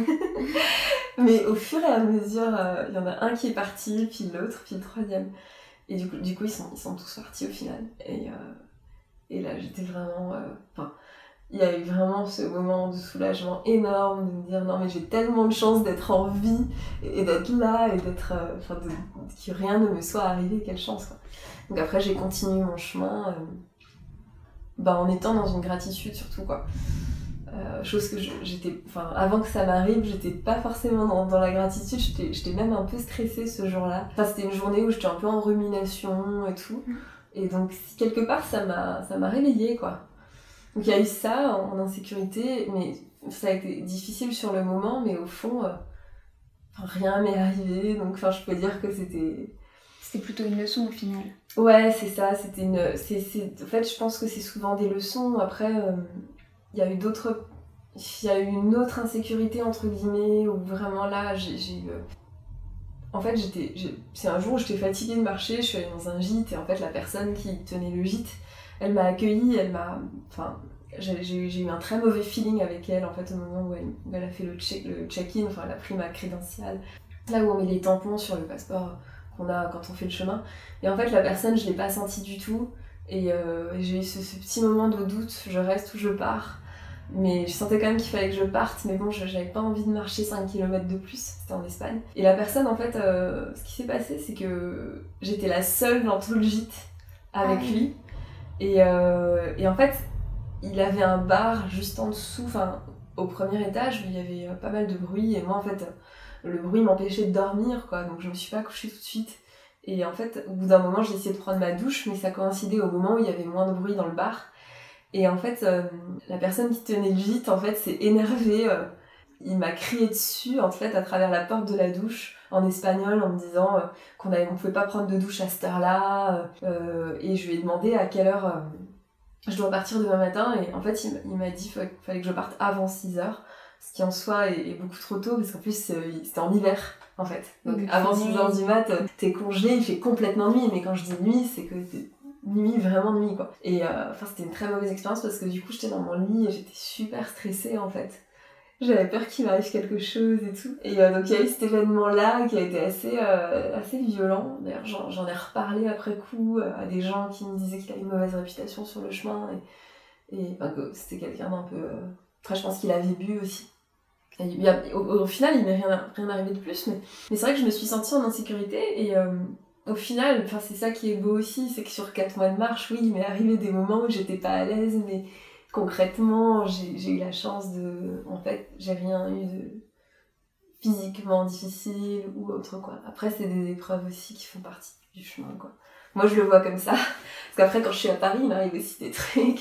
Mais au fur et à mesure, il euh, y en a un qui est parti, puis l'autre, puis le troisième. Et du coup, du coup ils, sont, ils sont tous partis au final. Et, euh, et là, j'étais vraiment... Enfin, euh, il y a eu vraiment ce moment de soulagement énorme, de me dire non mais j'ai tellement de chance d'être en vie, et, et d'être là, et d'être... Enfin, euh, que rien ne me soit arrivé, quelle chance, quoi. Donc après, j'ai continué mon chemin... Euh, Bah, en étant dans une gratitude surtout quoi. Euh, chose que je, j'étais, enfin avant que ça m'arrive, j'étais pas forcément dans, dans la gratitude, j'étais, j'étais même un peu stressée ce jour-là. Enfin c'était une journée où j'étais un peu en rumination et tout, et donc quelque part ça m'a, ça m'a réveillée quoi. Donc il y a eu ça en, en insécurité, mais ça a été difficile sur le moment, mais au fond, euh, rien m'est arrivé, donc enfin je peux dire que c'était...
C'était plutôt une leçon au final.
Ouais, c'est ça, c'était une... C'est, c'est... En fait, je pense que c'est souvent des leçons. Après, il euh, y a eu d'autres... Il y a eu une autre insécurité, entre guillemets, où vraiment là, j'ai... j'ai euh... En fait, j'étais... J'ai... C'est un jour où j'étais fatiguée de marcher, je suis allée dans un gîte, et en fait, la personne qui tenait le gîte, elle m'a accueillie, elle m'a... Enfin, j'ai, j'ai, j'ai eu un très mauvais feeling avec elle, en fait, au moment où elle, où elle a fait le, check, le check-in, enfin, elle a pris ma crédentiale, là où on met les tampons sur le passeport qu'on a quand on fait le chemin. Et en fait, la personne, je l'ai pas sentie du tout. Et euh, j'ai eu ce, ce petit moment de doute, je reste ou je pars. Mais je sentais quand même qu'il fallait que je parte, mais bon, je, j'avais pas envie de marcher cinq kilomètres de plus, c'était en Espagne. Et la personne, en fait, euh, ce qui s'est passé, c'est que j'étais la seule dans tout le gîte avec ah, lui. Et, euh, et en fait, il avait un bar juste en dessous, enfin, au premier étage, où il y avait pas mal de bruit. Et moi, en fait, le bruit m'empêchait de dormir, quoi. Donc je me suis pas couchée tout de suite. Et en fait, au bout d'un moment, j'ai essayé de prendre ma douche, mais ça coïncidait au moment où il y avait moins de bruit dans le bar. Et en fait, euh, la personne qui tenait le gîte, en fait, s'est énervée. Euh, Il m'a crié dessus, en fait, à travers la porte de la douche, en espagnol, en me disant euh, qu'on avait, on pouvait pas prendre de douche à cette heure-là. Euh, et je lui ai demandé à quelle heure euh, je dois partir demain matin. Et en fait, il, m'a- il m'a dit qu'il fallait que je parte avant six heures. Ce qui en soi est, est beaucoup trop tôt, parce qu'en plus, euh, c'était en hiver, en fait. Donc,
Oui,
avant
c'est
six
nuit.
heures du mat, euh, t'es congelé, il fait complètement nuit. Mais quand je dis nuit, c'est que t'es nuit, vraiment nuit, quoi. Et euh, enfin, c'était une très mauvaise expérience, parce que du coup, j'étais dans mon lit et j'étais super stressée, en fait. J'avais peur qu'il m'arrive quelque chose et tout. Et euh, donc il y a eu cet événement-là qui a été assez, euh, assez violent. D'ailleurs, j'en, j'en ai reparlé après coup euh, à des gens qui me disaient qu'il avait une mauvaise réputation sur le chemin. Et, et enfin, que c'était quelqu'un d'un peu... Euh... Après, je pense qu'il avait bu aussi. Et il y a, au, au final, il m'est rien, rien arrivé de plus. Mais, mais c'est vrai que je me suis sentie en insécurité. Et euh, au final, c'est ça qui est beau aussi, c'est que sur quatre mois de marche, oui, il m'est arrivé des moments où j'étais pas à l'aise, mais... Concrètement, j'ai, j'ai eu la chance de... En fait, j'ai rien eu de physiquement difficile ou autre, quoi. Après, c'est des épreuves aussi qui font partie du chemin, quoi. Moi, je le vois comme ça. Parce qu'après, quand je suis à Paris, il m'arrive aussi des trucs.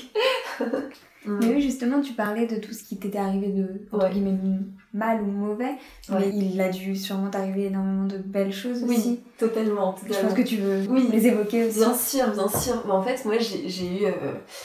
Mm. Mais oui, justement, tu parlais de tout ce qui t'était arrivé de, entre
ouais.
guillemets, mal ou mauvais,
ouais.
mais il a dû sûrement t'arriver énormément de belles choses
oui,
aussi.
totalement, totalement.
Je pense que tu veux
oui,
les évoquer aussi.
Bien sûr, bien sûr. Mais en fait, moi, j'ai, j'ai eu... Euh...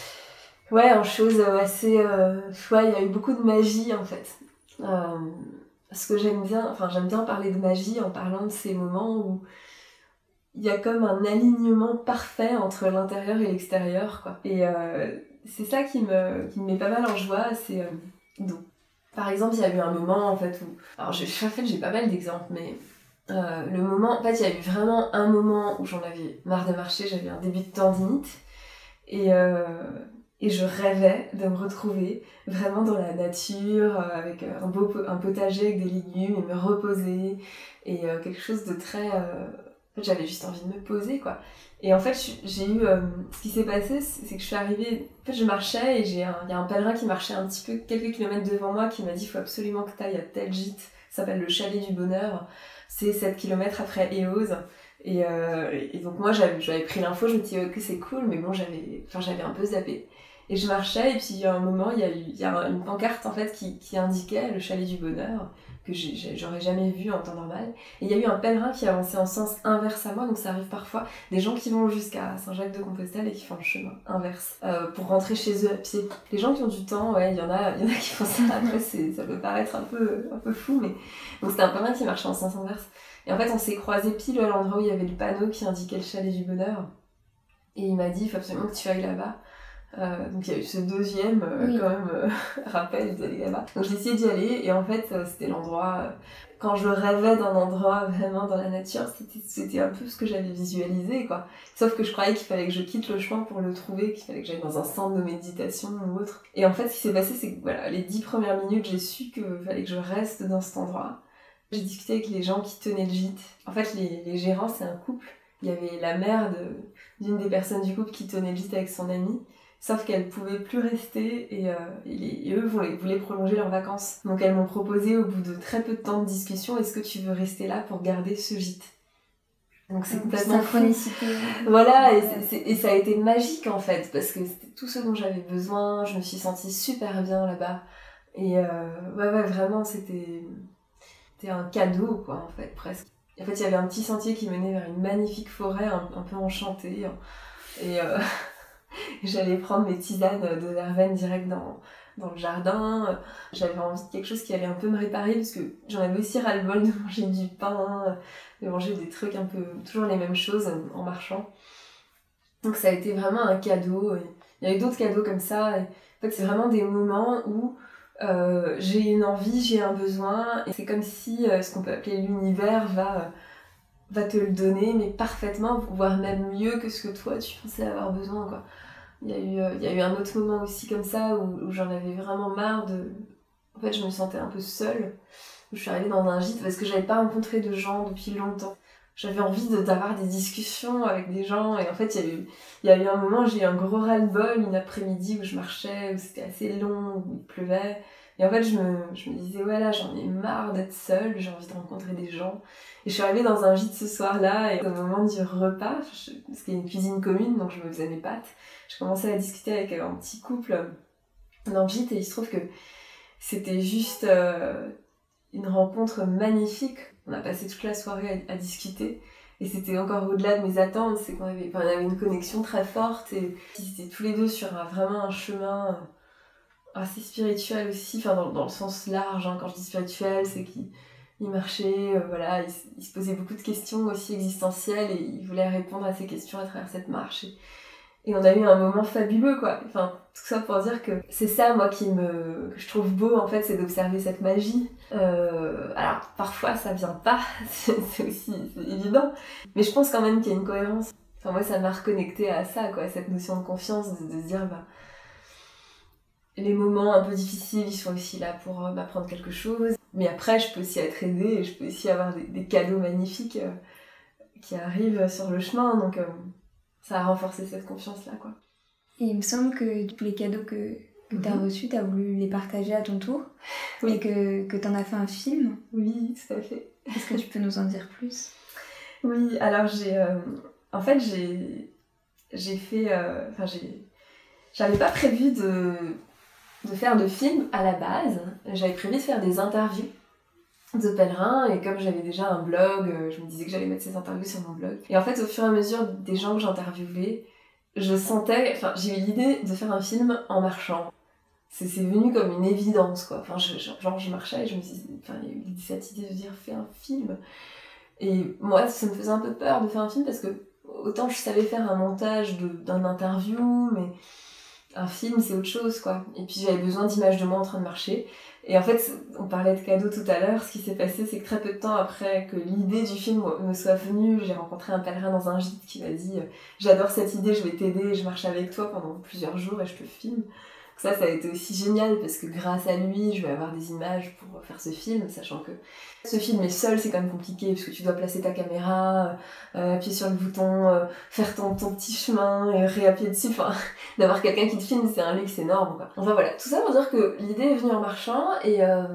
Ouais, en chose assez... Euh... Ouais, il y a eu beaucoup de magie, en fait. Euh... Ce que j'aime bien... Enfin, j'aime bien parler de magie en parlant de ces moments où il y a comme un alignement parfait entre l'intérieur et l'extérieur, quoi. Et euh, c'est ça qui me, qui me met pas mal en joie, c'est... Euh, donc, par exemple, il y a eu un moment, en fait, où... Alors, j'ai, en fait, j'ai pas mal d'exemples, mais... Euh, le moment... En fait, il y a eu vraiment un moment où j'en avais marre de marcher, j'avais un début de tendinite, et... Euh, Et je rêvais de me retrouver vraiment dans la nature, euh, avec un beau po- un potager avec des légumes, et me reposer, et euh, quelque chose de très... Euh... En fait, j'avais juste envie de me poser, quoi. Et en fait, j'ai eu... Euh... Ce qui s'est passé, c'est que je suis arrivée... En fait, je marchais, et j'ai un... il y a un pèlerin qui marchait un petit peu, quelques kilomètres devant moi, qui m'a dit « Il faut absolument que tu ailles à tel gîte. Ça s'appelle le Chalet du Bonheur. C'est sept kilomètres après Eauze. » Et, euh... et donc moi, j'avais, j'avais pris l'info, je me disais « Ok, c'est cool, mais bon, j'avais, enfin, j'avais un peu zappé. » Et je marchais, et puis à un moment, il y a, eu, il y a une pancarte en fait qui, qui indiquait le Chalet du Bonheur, que j'ai, j'ai, j'aurais jamais vu en temps normal. Et il y a eu un pèlerin qui avançait en sens inverse à moi, donc ça arrive parfois, des gens qui vont jusqu'à Saint-Jacques-de-Compostelle et qui font le chemin inverse euh, pour rentrer chez eux à pied. Les gens qui ont du temps, ouais, il y en a, il y en a qui font ça. Après, c'est, ça peut paraître un peu, un peu fou, mais donc c'était un pèlerin qui marchait en sens inverse. Et en fait, on s'est croisés pile à l'endroit où il y avait le panneau qui indiquait le Chalet du Bonheur. Et il m'a dit, il faut absolument que tu ailles là-bas. Euh, donc il y a eu ce deuxième euh, oui. quand même euh, rappel d'aller là-bas. Donc j'ai essayé d'y aller et en fait euh, c'était l'endroit, euh, quand je rêvais d'un endroit vraiment dans la nature, c'était, c'était un peu ce que j'avais visualisé, quoi. Sauf que je croyais qu'il fallait que je quitte le chemin pour le trouver, qu'il fallait que j'aille dans un centre de méditation ou autre. Et en fait ce qui s'est passé, c'est que voilà, les dix premières minutes j'ai su qu'il fallait que je reste dans cet endroit. J'ai discuté avec les gens qui tenaient le gîte. En fait les, les gérants c'est un couple. Il y avait la mère de, d'une des personnes du couple qui tenait le gîte avec son amie. Sauf qu'elles pouvaient plus rester et, euh, et, les, et eux voulaient, voulaient prolonger leurs vacances. Donc elles m'ont proposé au bout de très peu de temps de discussion, est-ce que tu veux rester là pour garder ce gîte ? Donc c'est complètement
synchronicité.
Voilà, et, c'est, c'est, et ça a été magique en fait, parce que c'était tout ce dont j'avais besoin, je me suis sentie super bien là-bas. Et euh, ouais, ouais, vraiment, c'était, c'était un cadeau, quoi, en fait, presque. En fait, il y avait un petit sentier qui menait vers une magnifique forêt, un, un peu enchantée. Et... Euh, j'allais prendre mes tisanes de verveine direct dans, dans le jardin. J'avais envie de quelque chose qui allait un peu me réparer parce que j'en avais aussi ras-le-bol de manger du pain, de manger des trucs un peu, toujours les mêmes choses en marchant. Donc ça a été vraiment un cadeau. Il y a eu d'autres cadeaux comme ça. Et en fait, c'est vraiment des moments où euh, j'ai une envie, j'ai un besoin. Et c'est comme si euh, ce qu'on peut appeler l'univers va... Euh, va te le donner, mais parfaitement, voire même mieux que ce que toi tu pensais avoir besoin, quoi. Il y a eu, euh, il y a eu un autre moment aussi comme ça où, où j'en avais vraiment marre de... En fait, je me sentais un peu seule. Je suis arrivée dans un gîte parce que j'avais pas rencontré de gens depuis longtemps. J'avais envie de, d'avoir des discussions avec des gens et en fait, il y a eu, il y a eu un moment où j'ai eu un gros ras-le-bol, une après-midi où je marchais, où c'était assez long, où il pleuvait. Et en fait, je me, je me disais, ouais, là, j'en ai marre d'être seule, j'ai envie de rencontrer des gens. Et je suis arrivée dans un gîte ce soir-là, et au moment du repas, je, parce qu'il y a une cuisine commune, donc je me faisais mes pâtes, je commençais à discuter avec un petit couple dans le gîte, et il se trouve que c'était juste... Euh, une rencontre magnifique. On a passé toute la soirée à, à discuter. Et c'était encore au-delà de mes attentes, c'est qu'on avait, enfin, on avait une connexion très forte et ils étaient tous les deux sur un, vraiment un chemin assez spirituel aussi, enfin dans, dans le sens large, hein. Quand je dis spirituel, c'est qu'ils ils marchaient, euh, voilà, ils, ils se posaient beaucoup de questions aussi existentielles et ils voulaient répondre à ces questions à travers cette marche. Et, et on a eu un moment fabuleux, quoi. Enfin, tout ça pour dire que c'est ça, moi, qui me, que je trouve beau, en fait, c'est d'observer cette magie. Euh, alors, parfois, ça vient pas, c'est, c'est aussi c'est évident, mais je pense quand même qu'il y a une cohérence. Enfin, moi, ça m'a reconnecté à ça, quoi, cette notion de confiance, de, de se dire, bah, les moments un peu difficiles, ils sont aussi là pour m'apprendre quelque chose. Mais après, je peux aussi être aidée et je peux aussi avoir des, des cadeaux magnifiques euh, qui arrivent sur le chemin. Donc, euh, ça a renforcé cette confiance-là, quoi.
Et il me semble que tous les cadeaux que, que tu as mm-hmm. reçus, tu as voulu les partager à ton tour. Oui. Et que, que tu en as fait un film.
Oui, tout à fait.
Est-ce que tu peux nous en dire plus ?
Oui, alors j'ai... Euh, en fait, j'ai, j'ai fait... Enfin, euh, j'ai... J'avais pas prévu de... de faire de film à la base. J'avais prévu de faire des interviews de pèlerins et comme j'avais déjà un blog, je me disais que j'allais mettre ces interviews sur mon blog. Et en fait, au fur et à mesure des gens que j'interviewais, je sentais, enfin, j'ai eu l'idée de faire un film en marchant. C'est, c'est venu comme une évidence, quoi. Enfin, je, genre, je marchais et je me disais, enfin, il y a eu cette idée de dire, fais un film. Et moi, ça me faisait un peu peur de faire un film parce que autant je savais faire un montage de, d'un interview, mais un film, c'est autre chose, quoi. Et puis j'avais besoin d'images de moi en train de marcher. Et en fait, on parlait de cadeaux tout à l'heure. Ce qui s'est passé, c'est que très peu de temps après que l'idée du film me soit venue, j'ai rencontré un pèlerin dans un gîte qui m'a dit « J'adore cette idée, je vais t'aider, je marche avec toi pendant plusieurs jours et je te filme. » Ça, ça a été aussi génial parce que grâce à lui, je vais avoir des images pour faire ce film, sachant que ce film est seul, c'est quand même compliqué parce que tu dois placer ta caméra, euh, appuyer sur le bouton, euh, faire ton, ton petit chemin et réappuyer dessus. Enfin, d'avoir quelqu'un qui te filme, c'est un luxe énorme, quoi. Enfin voilà, tout ça pour dire que l'idée est venue en marchant et, euh,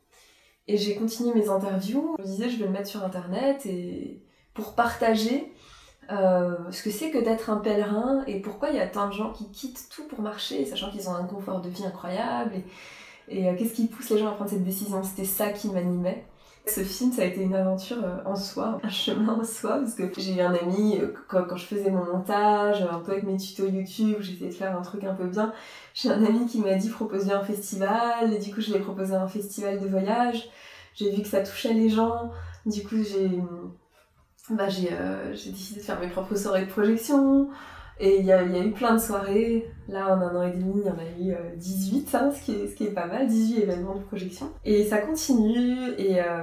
et j'ai continué mes interviews. Je me disais, je vais le mettre sur internet et pour partager Euh, ce que c'est que d'être un pèlerin et pourquoi il y a tant de gens qui quittent tout pour marcher, sachant qu'ils ont un confort de vie incroyable et, et euh, qu'est-ce qui pousse les gens à prendre cette décision. C'était ça qui m'animait. Ce film, ça a été une aventure euh, en soi, un chemin en soi, parce que j'ai eu un ami, euh, quand, quand je faisais mon montage, un peu avec mes tutos YouTube, j'essayais de faire un truc un peu bien, j'ai un ami qui m'a dit proposer un festival, et du coup je l'ai proposé un festival de voyage, j'ai vu que ça touchait les gens, du coup j'ai... Bah, j'ai, euh, j'ai décidé de faire mes propres soirées de projection et il y a, y a eu plein de soirées. Là en un an et demi il y en a eu euh, dix-huit, hein, ce, qui est, ce qui est pas mal, dix-huit événements de projection et ça continue et, euh,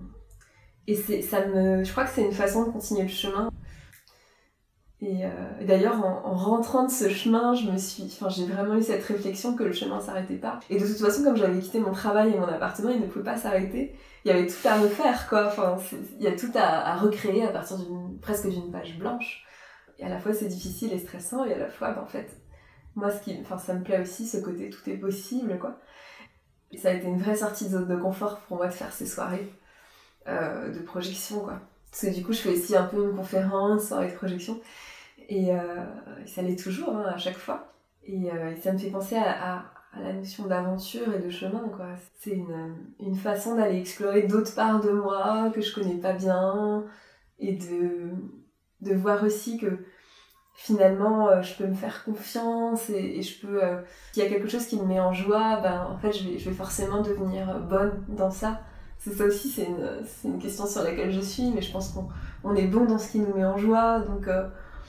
et c'est, ça me, je crois que c'est une façon de continuer le chemin et, euh, et d'ailleurs en, en rentrant de ce chemin je me suis, enfin, j'ai vraiment eu cette réflexion que le chemin s'arrêtait pas et de toute façon comme j'avais quitté mon travail et mon appartement il ne pouvait pas s'arrêter. Il y avait tout à refaire, quoi. Enfin, il y a tout à, à recréer à partir d'une, presque d'une page blanche. Et à la fois, c'est difficile et stressant, et à la fois, ben, en fait, moi, ce qui, enfin, ça me plaît aussi, ce côté tout est possible, quoi. Et ça a été une vraie sortie de zone de confort pour moi de faire ces soirées euh, de projection, quoi. Parce que du coup, je fais aussi un peu une conférence, soirée de projection, et, euh, et ça l'est toujours, hein, à chaque fois. Et, euh, et ça me fait penser à... à à la notion d'aventure et de chemin, quoi. C'est une, une façon d'aller explorer d'autres parts de moi que je connais pas bien et de, de voir aussi que finalement je peux me faire confiance et, et je peux, euh, s'il y a quelque chose qui me met en joie, ben en fait je vais, je vais forcément devenir bonne dans ça. C'est ça aussi, c'est une, c'est une question sur laquelle je suis, mais je pense qu'on on est bon dans ce qui nous met en joie, donc euh,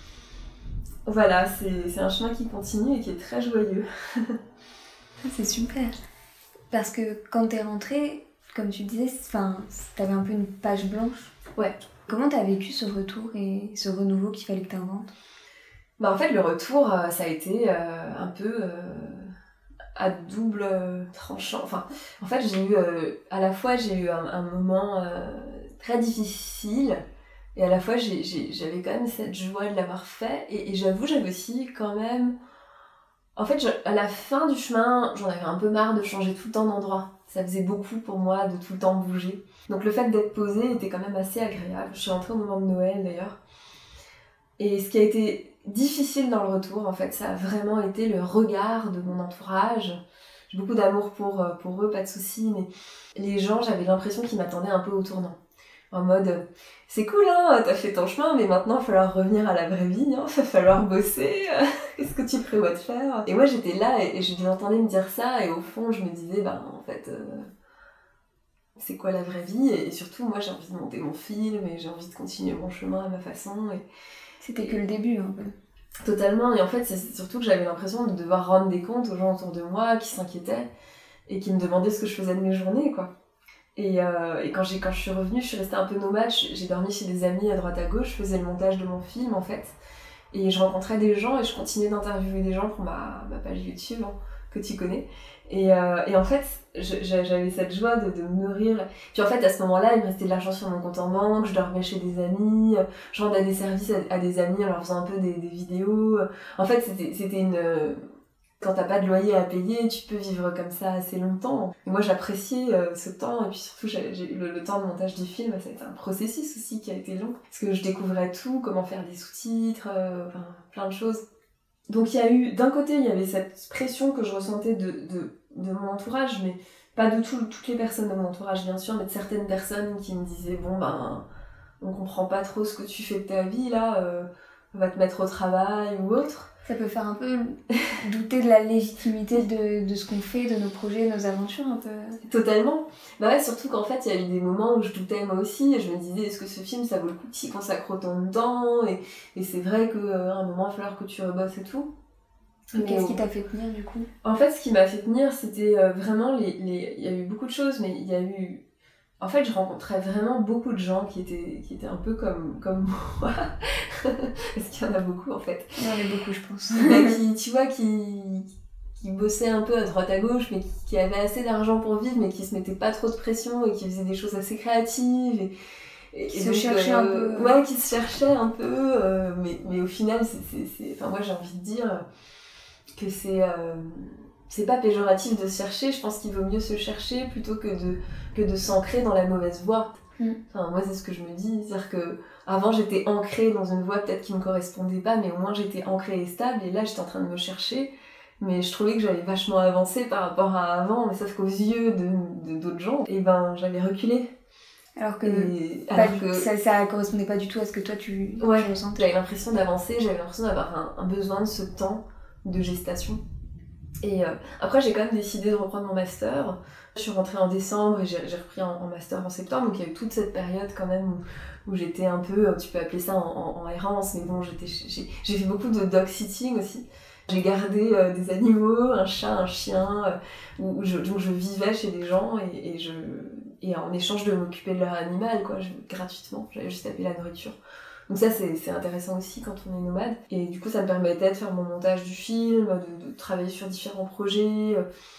voilà, c'est, c'est un chemin qui continue et qui est très joyeux.
C'est super. Parce que quand t'es rentrée, comme tu disais, t'avais un peu une page blanche.
Ouais.
Comment t'as vécu ce retour et ce renouveau qu'il fallait que t'inventes ?
Bah en fait, le retour, ça a été euh, un peu euh, à double tranchant. Enfin, en fait, j'ai eu, euh, à la fois, j'ai eu un, un moment euh, très difficile et à la fois, j'ai, j'ai, j'avais quand même cette joie de l'avoir fait. Et, et j'avoue, j'avais aussi quand même... En fait, je, à la fin du chemin, j'en avais un peu marre de changer tout le temps d'endroit. Ça faisait beaucoup pour moi de tout le temps bouger. Donc le fait d'être posée était quand même assez agréable. Je suis rentrée au moment de Noël d'ailleurs. Et ce qui a été difficile dans le retour, en fait, ça a vraiment été le regard de mon entourage. j'ai beaucoup d'amour pour, pour eux, pas de soucis, mais les gens, j'avais l'impression qu'ils m'attendaient un peu au tournant. En mode, c'est cool, hein, t'as fait ton chemin, mais maintenant, il va falloir revenir à la vraie vie, hein, il va falloir bosser, qu'est-ce que tu prévois de faire? Et moi, j'étais là, et je les entendais me dire ça, et au fond, je me disais, ben, en fait, euh, c'est quoi la vraie vie? Et surtout, moi, j'ai envie de monter mon film, et j'ai envie de continuer mon chemin à ma façon. Et...
C'était que le début, un peu.
Totalement, et en fait, c'est surtout que j'avais l'impression de devoir rendre des comptes aux gens autour de moi, qui s'inquiétaient, et qui me demandaient ce que je faisais de mes journées, quoi. Et, euh, et quand, j'ai, quand je suis revenue, je suis restée un peu nomade, j'ai dormi chez des amis à droite à gauche, je faisais le montage de mon film en fait, et je rencontrais des gens et je continuais d'interviewer des gens pour ma, ma page YouTube hein, que tu connais. Et, euh, et en fait, je, j'avais cette joie de, de me nourrir. Puis en fait, à ce moment-là, il me restait de l'argent sur mon compte en banque, je dormais chez des amis, je rendais des services à, à des amis en leur faisant un peu des, des vidéos. En fait, c'était, c'était une... Quand t'as pas de loyer à payer, tu peux vivre comme ça assez longtemps. Et moi, j'appréciais euh, ce temps, et puis surtout, j'ai, j'ai, le, le temps de montage du film, ça a été un processus aussi qui a été long. Parce que je découvrais tout, comment faire des sous-titres, euh, enfin, plein de choses. Donc il y a eu, d'un côté, il y avait cette pression que je ressentais de, de, de mon entourage, mais pas de tout, toutes les personnes de mon entourage, bien sûr, mais de certaines personnes qui me disaient, bon, ben, on comprend pas trop ce que tu fais de ta vie, là, euh, on va te mettre au travail ou autre.
Ça peut faire un peu douter de la légitimité de, de ce qu'on fait, de nos projets, de nos aventures un peu.
Totalement. Bah ouais, surtout qu'en fait, il y a eu des moments où je doutais moi aussi, et je me disais, est-ce que ce film, ça vaut le coup de s'y consacrer autant de temps? Et, et c'est vrai qu'à euh, un moment, il va falloir que tu rebosses et tout.
Mais qu'est-ce qui t'a fait tenir, du coup?
En fait, ce qui m'a fait tenir, c'était euh, vraiment les, les... Il y a eu beaucoup de choses, mais il y a eu... En fait, je rencontrais vraiment beaucoup de gens qui étaient, qui étaient un peu comme, comme moi. Parce qu'il y en a beaucoup, en fait.
Il y en a beaucoup, je pense.
Bah, qui, tu vois, qui, qui bossaient un peu à droite à gauche, mais qui, qui avaient assez d'argent pour vivre, mais qui se mettaient pas trop de pression et qui faisaient des choses assez créatives. Et, et,
qui
et
se
donc,
cherchaient
euh,
un peu.
Ouais, qui se cherchaient un peu. Euh, mais, mais au final, c'est, c'est, c'est... Enfin, moi, j'ai envie de dire que c'est... Euh... C'est pas péjoratif de se chercher, je pense qu'il vaut mieux se chercher plutôt que de, que de s'ancrer dans la mauvaise voie. Mm. Enfin, moi, c'est ce que je me dis. C'est-à-dire que avant j'étais ancrée dans une voie peut-être qui me correspondait pas, mais au moins j'étais ancrée et stable, et là j'étais en train de me chercher. Mais je trouvais que j'avais vachement avancé par rapport à avant, mais sauf qu'aux yeux de, de, d'autres gens, et ben j'avais reculé.
Alors que,
et,
pas
alors
du,
que
ça, ça correspondait pas du tout à ce que toi tu,
ouais,
tu ressentais.
J'avais l'impression d'avancer, j'avais l'impression d'avoir un, un besoin de ce temps de gestation. Et euh, après, j'ai quand même décidé de reprendre mon master. Je suis rentrée en décembre et j'ai, j'ai repris en, en master en septembre. Donc il y a eu toute cette période quand même où, où j'étais un peu, tu peux appeler ça en, en, en errance, mais bon, j'étais, j'ai, j'ai fait beaucoup de dog sitting aussi. J'ai gardé euh, des animaux, un chat, un chien, euh, où, où je, donc je vivais chez des gens et, et, je, et en échange de m'occuper de leur animal, quoi, je, gratuitement. J'avais juste à payer la nourriture. Donc ça, c'est, c'est intéressant aussi quand on est nomade. Et du coup, ça me permettait de faire mon montage du film, de, de travailler sur différents projets.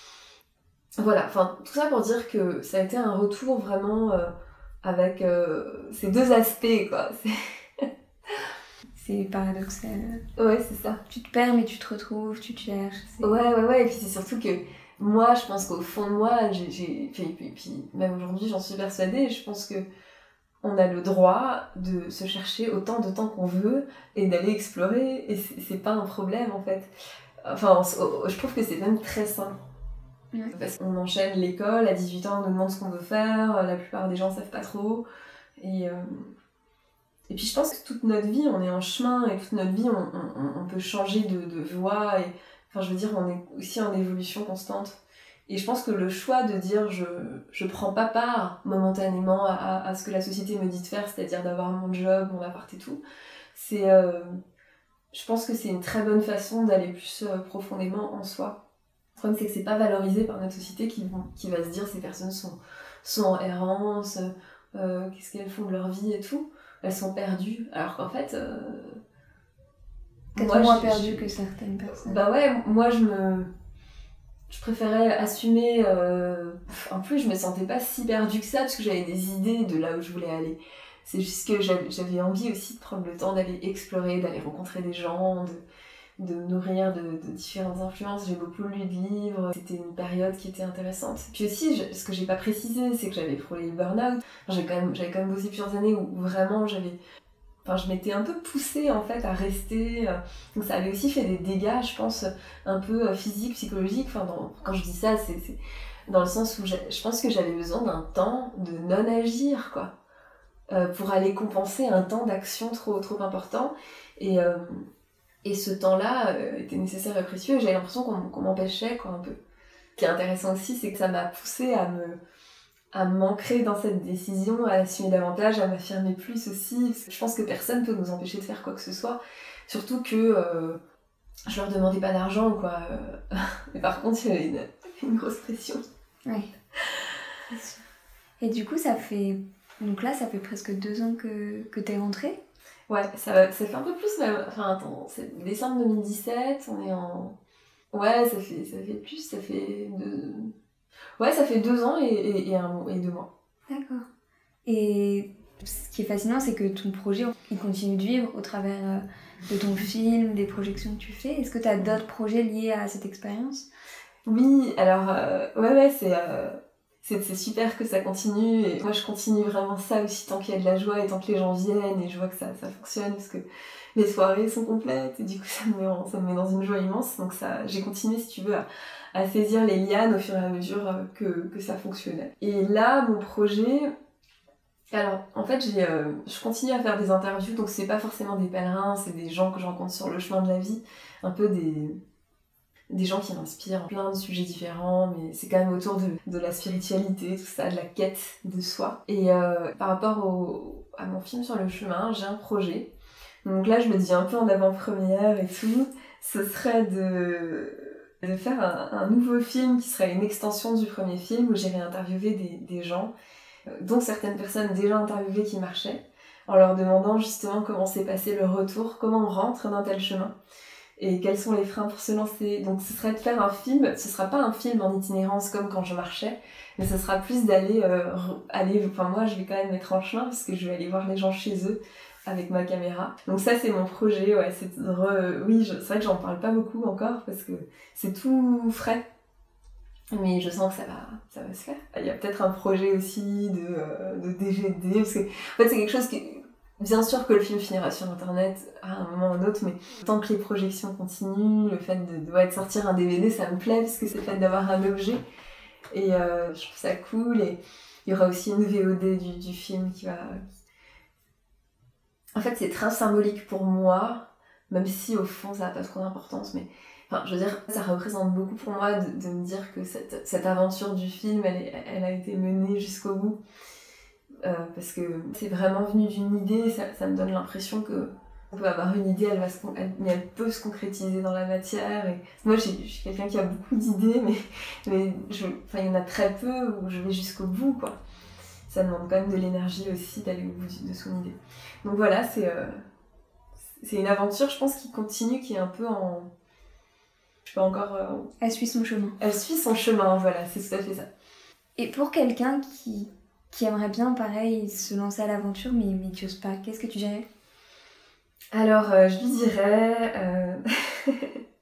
Voilà, enfin, tout ça pour dire que ça a été un retour vraiment euh, avec euh, ces deux aspects, quoi. C'est...
c'est paradoxal.
Ouais, c'est ça.
Tu te perds, mais tu te retrouves, tu te cherches. C'est...
Ouais, ouais, ouais. Et puis c'est surtout que moi, je pense qu'au fond de moi, j'ai... j'ai... Puis, puis, puis même aujourd'hui, j'en suis persuadée, je pense que on a le droit de se chercher autant de temps qu'on veut et d'aller explorer, et c'est, c'est pas un problème en fait. Enfin, je trouve que c'est même très sain. Ouais. Parce qu'on enchaîne l'école, à dix-huit ans on nous demande ce qu'on veut faire, la plupart des gens savent pas trop. Et, euh... et puis je pense que toute notre vie on est en chemin, et toute notre vie on, on, on peut changer de, de voie. Et... Enfin, je veux dire, on est aussi en évolution constante. Et je pense que le choix de dire je, je prends pas part momentanément à, à ce que la société me dit de faire, c'est-à-dire d'avoir mon job, mon appart et tout, c'est, euh, je pense que c'est une très bonne façon d'aller plus euh, profondément en soi. Le problème, c'est que c'est pas valorisé par notre société qui, qui va se dire ces personnes sont, sont en errance, euh, qu'est-ce qu'elles font de leur vie et tout. Elles sont perdues, alors qu'en fait... Euh,
Peut-être moins perdues que certaines personnes.
Bah ouais, moi je me... Je préférais assumer... Euh... En plus, je me sentais pas si perdue que ça, parce que j'avais des idées de là où je voulais aller. C'est juste que j'avais, j'avais envie aussi de prendre le temps d'aller explorer, d'aller rencontrer des gens, de, de me nourrir de, de différentes influences. J'ai beaucoup lu de livres, c'était une période qui était intéressante. Puis aussi, je, ce que j'ai pas précisé, c'est que j'avais frôlé le burn-out. Enfin, j'avais, quand même, j'avais quand même bossé plusieurs années où vraiment j'avais... Enfin, je m'étais un peu poussée en fait à rester. Donc ça avait aussi fait des dégâts, je pense, un peu physiques, psychologiques. Enfin, dans... quand je dis ça, c'est, c'est dans le sens où je pense que j'avais besoin d'un temps de non-agir, quoi, euh, pour aller compenser un temps d'action trop, trop important. Et, euh, et ce temps-là euh, était nécessaire et précieux. Et j'avais l'impression qu'on, qu'on m'empêchait, quoi, un peu. Ce qui est intéressant aussi, c'est que ça m'a poussée à me... à m'ancrer dans cette décision, à l'assumer davantage, à m'affirmer plus aussi. Je pense que personne peut nous empêcher de faire quoi que ce soit. Surtout que euh, je leur demandais pas d'argent, quoi. Mais par contre, il y avait une, une grosse pression.
Ouais. Et du coup, ça fait... Donc là, ça fait presque deux ans que, que t'es rentrée.
Ouais, ça, va... ça fait un peu plus même. Enfin, attends, c'est décembre deux mille dix-sept, on est en... Ouais, ça fait, ça fait plus, ça fait deux... Ouais, ça fait deux ans et, et, et, un, et deux mois.
D'accord. Et ce qui est fascinant, c'est que ton projet, il continue de vivre au travers de ton film, des projections que tu fais. Est-ce que tu as d'autres projets liés à cette expérience ?
Oui, alors, euh, ouais, ouais, c'est, euh, c'est, c'est super que ça continue. Et moi, je continue vraiment ça aussi tant qu'il y a de la joie et tant que les gens viennent. Et je vois que ça, ça fonctionne parce que les soirées sont complètes. Et du coup, ça me met, en, ça me met dans une joie immense. Donc ça, j'ai continué, si tu veux, à... à saisir les lianes au fur et à mesure que, que ça fonctionnait. Et là, mon projet... Alors, en fait, j'ai, euh, je continue à faire des interviews, donc c'est pas forcément des pèlerins, c'est des gens que je rencontre sur le chemin de la vie, un peu des, des gens qui m'inspirent, plein de sujets différents, mais c'est quand même autour de, de la spiritualité, tout ça, de la quête de soi. Et euh, par rapport au, à mon film sur le chemin, j'ai un projet. Donc là, je me dis un peu en avant-première et tout, ce serait de... de faire un, un nouveau film qui serait une extension du premier film où j'irais interviewer des, des gens, euh, dont certaines personnes déjà interviewées qui marchaient, en leur demandant justement comment s'est passé le retour, comment on rentre dans tel chemin, et quels sont les freins pour se lancer. Donc ce serait de faire un film, ce sera pas un film en itinérance comme quand je marchais, mais ce sera plus d'aller, euh, aller, enfin moi je vais quand même être en chemin parce que je vais aller voir les gens chez eux, avec ma caméra. Donc ça c'est mon projet, ouais, c'est de re... oui, je... c'est vrai que j'en parle pas beaucoup encore parce que c'est tout frais, mais je sens que ça va, ça va se faire. Il y a peut-être un projet aussi de, euh, de D V D, parce que en fait c'est quelque chose qui... Bien sûr que le film finira sur internet à un moment ou un autre, mais tant que les projections continuent, le fait de, de, ouais, de sortir un D V D, ça me plaît parce que c'est le fait d'avoir un objet, et euh, je trouve ça cool. Et il y aura aussi une V O D du, du film qui va... En fait, c'est très symbolique pour moi, même si au fond ça n'a pas trop d'importance, mais enfin, je veux dire, ça représente beaucoup pour moi de, de me dire que cette, cette aventure du film, elle, est, elle a été menée jusqu'au bout. Euh, parce que c'est vraiment venu d'une idée, ça, ça me donne l'impression que on peut avoir une idée, elle va se, elle, mais elle peut se concrétiser dans la matière. Et moi, j'ai, je suis quelqu'un qui a beaucoup d'idées, mais, mais je, enfin, il y en a très peu où je vais jusqu'au bout, quoi. Ça demande quand même de l'énergie aussi d'aller au bout de son idée. Donc voilà, c'est, euh, c'est une aventure, je pense, qui continue, qui est un peu en... Je sais pas encore... Euh,
Elle suit son chemin.
Elle suit son chemin, voilà, c'est tout à fait ça.
Et pour quelqu'un qui, qui aimerait bien, pareil, se lancer à l'aventure, mais, mais qui n'ose pas, qu'est-ce que tu dirais ?
Alors, euh, je lui dirais... Euh...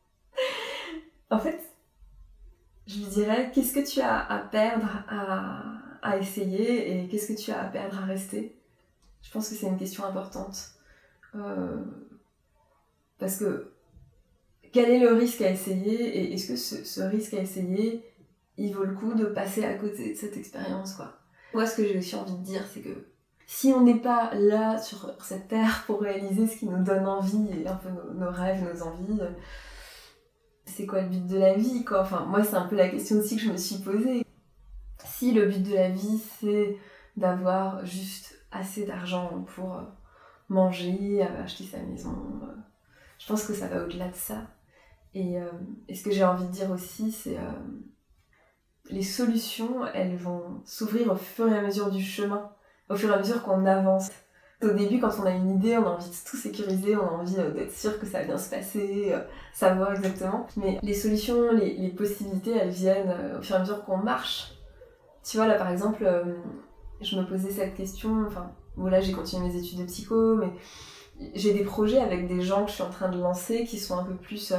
en fait, je lui dirais, qu'est-ce que tu as à perdre à... à essayer et qu'est-ce que tu as à perdre à rester ? Je pense que c'est une question importante. Euh, parce que quel est le risque à essayer et est-ce que ce, ce risque à essayer, il vaut le coup de passer à côté de cette expérience, quoi. Moi, ce que j'ai aussi envie de dire, c'est que si on n'est pas là sur cette terre pour réaliser ce qui nous donne envie et un peu nos, nos rêves, nos envies, c'est quoi le but de la vie, quoi ? Enfin, moi, c'est un peu la question aussi que je me suis posée. Si le but de la vie, c'est d'avoir juste assez d'argent pour manger, acheter sa maison, je pense que ça va au-delà de ça. Et, euh, et ce que j'ai envie de dire aussi, c'est euh, les solutions, elles vont s'ouvrir au fur et à mesure du chemin, au fur et à mesure qu'on avance. Au début, quand on a une idée, on a envie de tout sécuriser, on a envie d'être sûr que ça va bien se passer, euh, savoir exactement. Mais les solutions, les, les possibilités, elles viennent euh, au fur et à mesure qu'on marche. Tu vois, là, par exemple, euh, je me posais cette question, enfin, bon, là, j'ai continué mes études de psycho, mais j'ai des projets avec des gens que je suis en train de lancer qui sont un peu plus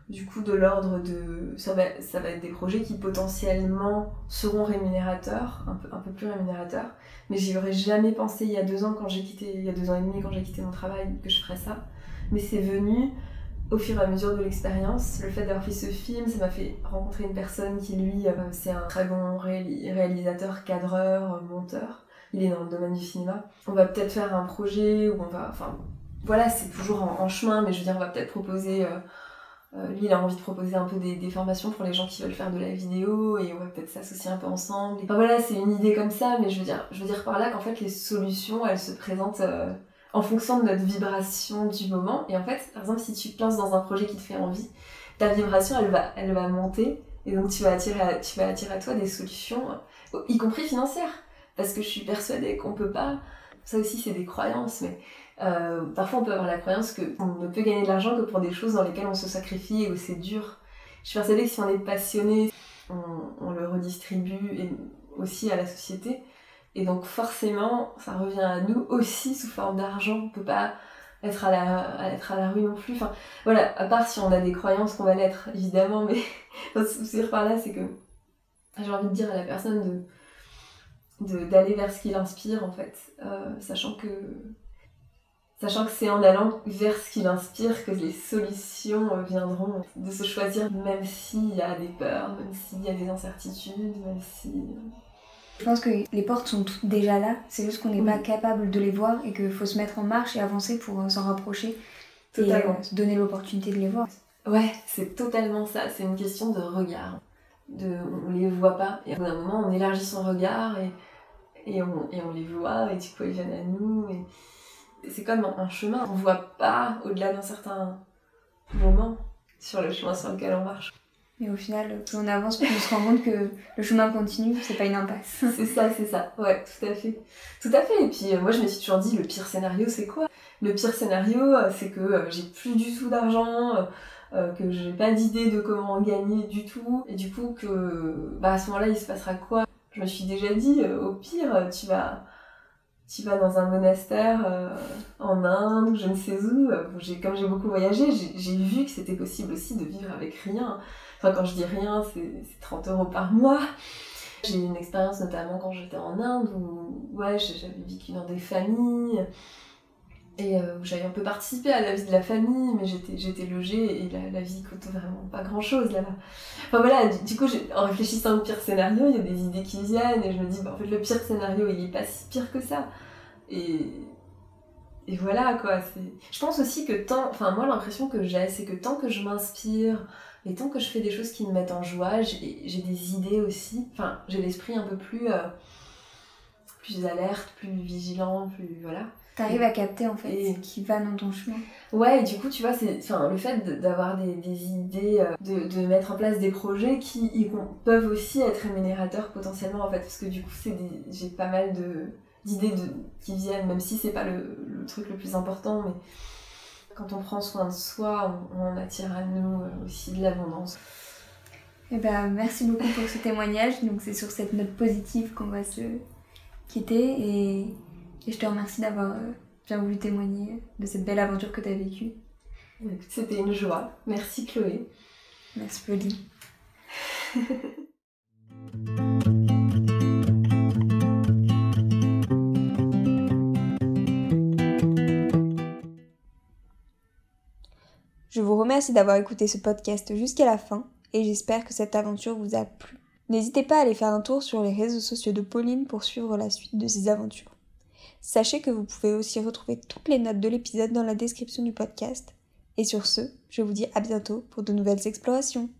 du coup de l'ordre de... Ça va, ça va être des projets qui potentiellement seront rémunérateurs, un peu, un peu plus rémunérateurs, mais j'y aurais jamais pensé il y a deux ans quand j'ai quitté, il y a deux ans et demi quand j'ai quitté mon travail que je ferais ça. Mais c'est venu au fur et à mesure de l'expérience. Le fait d'avoir fait ce film, ça m'a fait rencontrer une personne qui lui, euh, c'est un très bon ré- réalisateur, cadreur, monteur. Il est dans le domaine du cinéma. On va peut-être faire un projet où on va... Enfin, voilà, c'est toujours en, en chemin, mais je veux dire, on va peut-être proposer... Euh, euh, lui, il a envie de proposer un peu des, des formations pour les gens qui veulent faire de la vidéo, et on va peut-être s'associer un peu ensemble. Enfin voilà, c'est une idée comme ça, mais je veux dire, je veux dire par là qu'en fait, les solutions, elles se présentent... Euh, en fonction de notre vibration du moment. Et en fait, par exemple, si tu te lances dans un projet qui te fait envie, ta vibration, elle va, elle va monter, et donc tu vas attirer à, tu vas attirer à toi des solutions, y compris financières. Parce que je suis persuadée qu'on peut pas... Ça aussi, c'est des croyances, mais euh, parfois on peut avoir la croyance qu'on ne peut gagner de l'argent que pour des choses dans lesquelles on se sacrifie et où c'est dur. Je suis persuadée que si on est passionné, on, on le redistribue et aussi à la société. Et donc forcément, ça revient à nous aussi sous forme d'argent. On peut pas être à la, être à la rue non plus. Enfin, voilà, à part si on a des croyances qu'on va l'être, évidemment, mais ce que je veux dire par là, c'est que j'ai envie de dire à la personne de, de, d'aller vers ce qui l'inspire, en fait. Euh, sachant que, sachant que c'est en allant vers ce qui l'inspire que les solutions viendront. De se choisir même s'il y a des peurs, même s'il y a des incertitudes, même si...
Je pense que les portes sont toutes déjà là, c'est juste qu'on n'est oui. pas capable de les voir et qu'il faut se mettre en marche et avancer pour euh, s'en rapprocher. Totalement. Et euh, se donner l'opportunité de les voir.
Ouais, c'est totalement ça, c'est une question de regard. De, on les voit pas, et à un moment on élargit son regard et, et, on, et on les voit, et du coup ils viennent à nous. Et c'est comme un chemin, on voit pas au-delà d'un certain moment sur le chemin sur lequel on marche.
Mais au final, plus on avance, plus on se rend compte que le chemin continue, c'est pas une impasse.
C'est ça, c'est ça, ouais, tout à fait. Tout à fait, et puis euh, moi je me suis toujours dit, le pire scénario c'est quoi ? Le pire scénario, euh, c'est que euh, j'ai plus du tout d'argent, euh, que j'ai pas d'idée de comment en gagner du tout, et du coup que, bah à ce moment-là il se passera quoi ? Je me suis déjà dit, euh, au pire, tu vas... Tu vas dans un monastère euh, en Inde ou je ne sais où. Euh, j'ai, comme j'ai beaucoup voyagé, j'ai, j'ai vu que c'était possible aussi de vivre avec rien. Enfin, quand je dis rien, c'est, c'est trente euros par mois. J'ai eu une expérience notamment quand j'étais en Inde où ouais, j'avais vécu dans des familles et euh, où j'avais un peu participé à la vie de la famille, mais j'étais, j'étais logée et la, la vie coûte vraiment pas grand-chose là-bas. Enfin voilà, du, du coup, j'ai, en réfléchissant au pire scénario, il y a des idées qui viennent et je me dis, bah, en fait, le pire scénario, il est pas si pire que ça. Et, et voilà quoi. C'est... Je pense aussi que tant, enfin moi l'impression que j'ai, c'est que tant que je m'inspire et tant que je fais des choses qui me mettent en joie, j'ai, j'ai des idées aussi. Enfin, j'ai l'esprit un peu plus, euh, plus alerte, plus vigilant, plus voilà.
T'arrives à capter en fait et... ce qui va dans ton chemin.
Ouais, et du coup, tu vois, c'est, enfin, le fait de, d'avoir des, des idées, euh, de, de mettre en place des projets qui ils, peuvent aussi être rémunérateurs potentiellement en fait, parce que du coup, c'est des, j'ai pas mal de d'idées de, qui viennent, même si c'est pas le, le truc le plus important, mais quand on prend soin de soi, on, on attire à nous aussi de l'abondance.
Eh ben, merci beaucoup pour ce témoignage. Donc c'est sur cette note positive qu'on va se quitter et, et je te remercie d'avoir bien voulu témoigner de cette belle aventure que tu as vécue.
C'était une joie. Merci Chloé.
Merci Pauline. Je vous remercie d'avoir écouté ce podcast jusqu'à la fin et j'espère que cette aventure vous a plu. N'hésitez pas à aller faire un tour sur les réseaux sociaux de Pauline pour suivre la suite de ses aventures. Sachez que vous pouvez aussi retrouver toutes les notes de l'épisode dans la description du podcast. Et sur ce, je vous dis à bientôt pour de nouvelles explorations.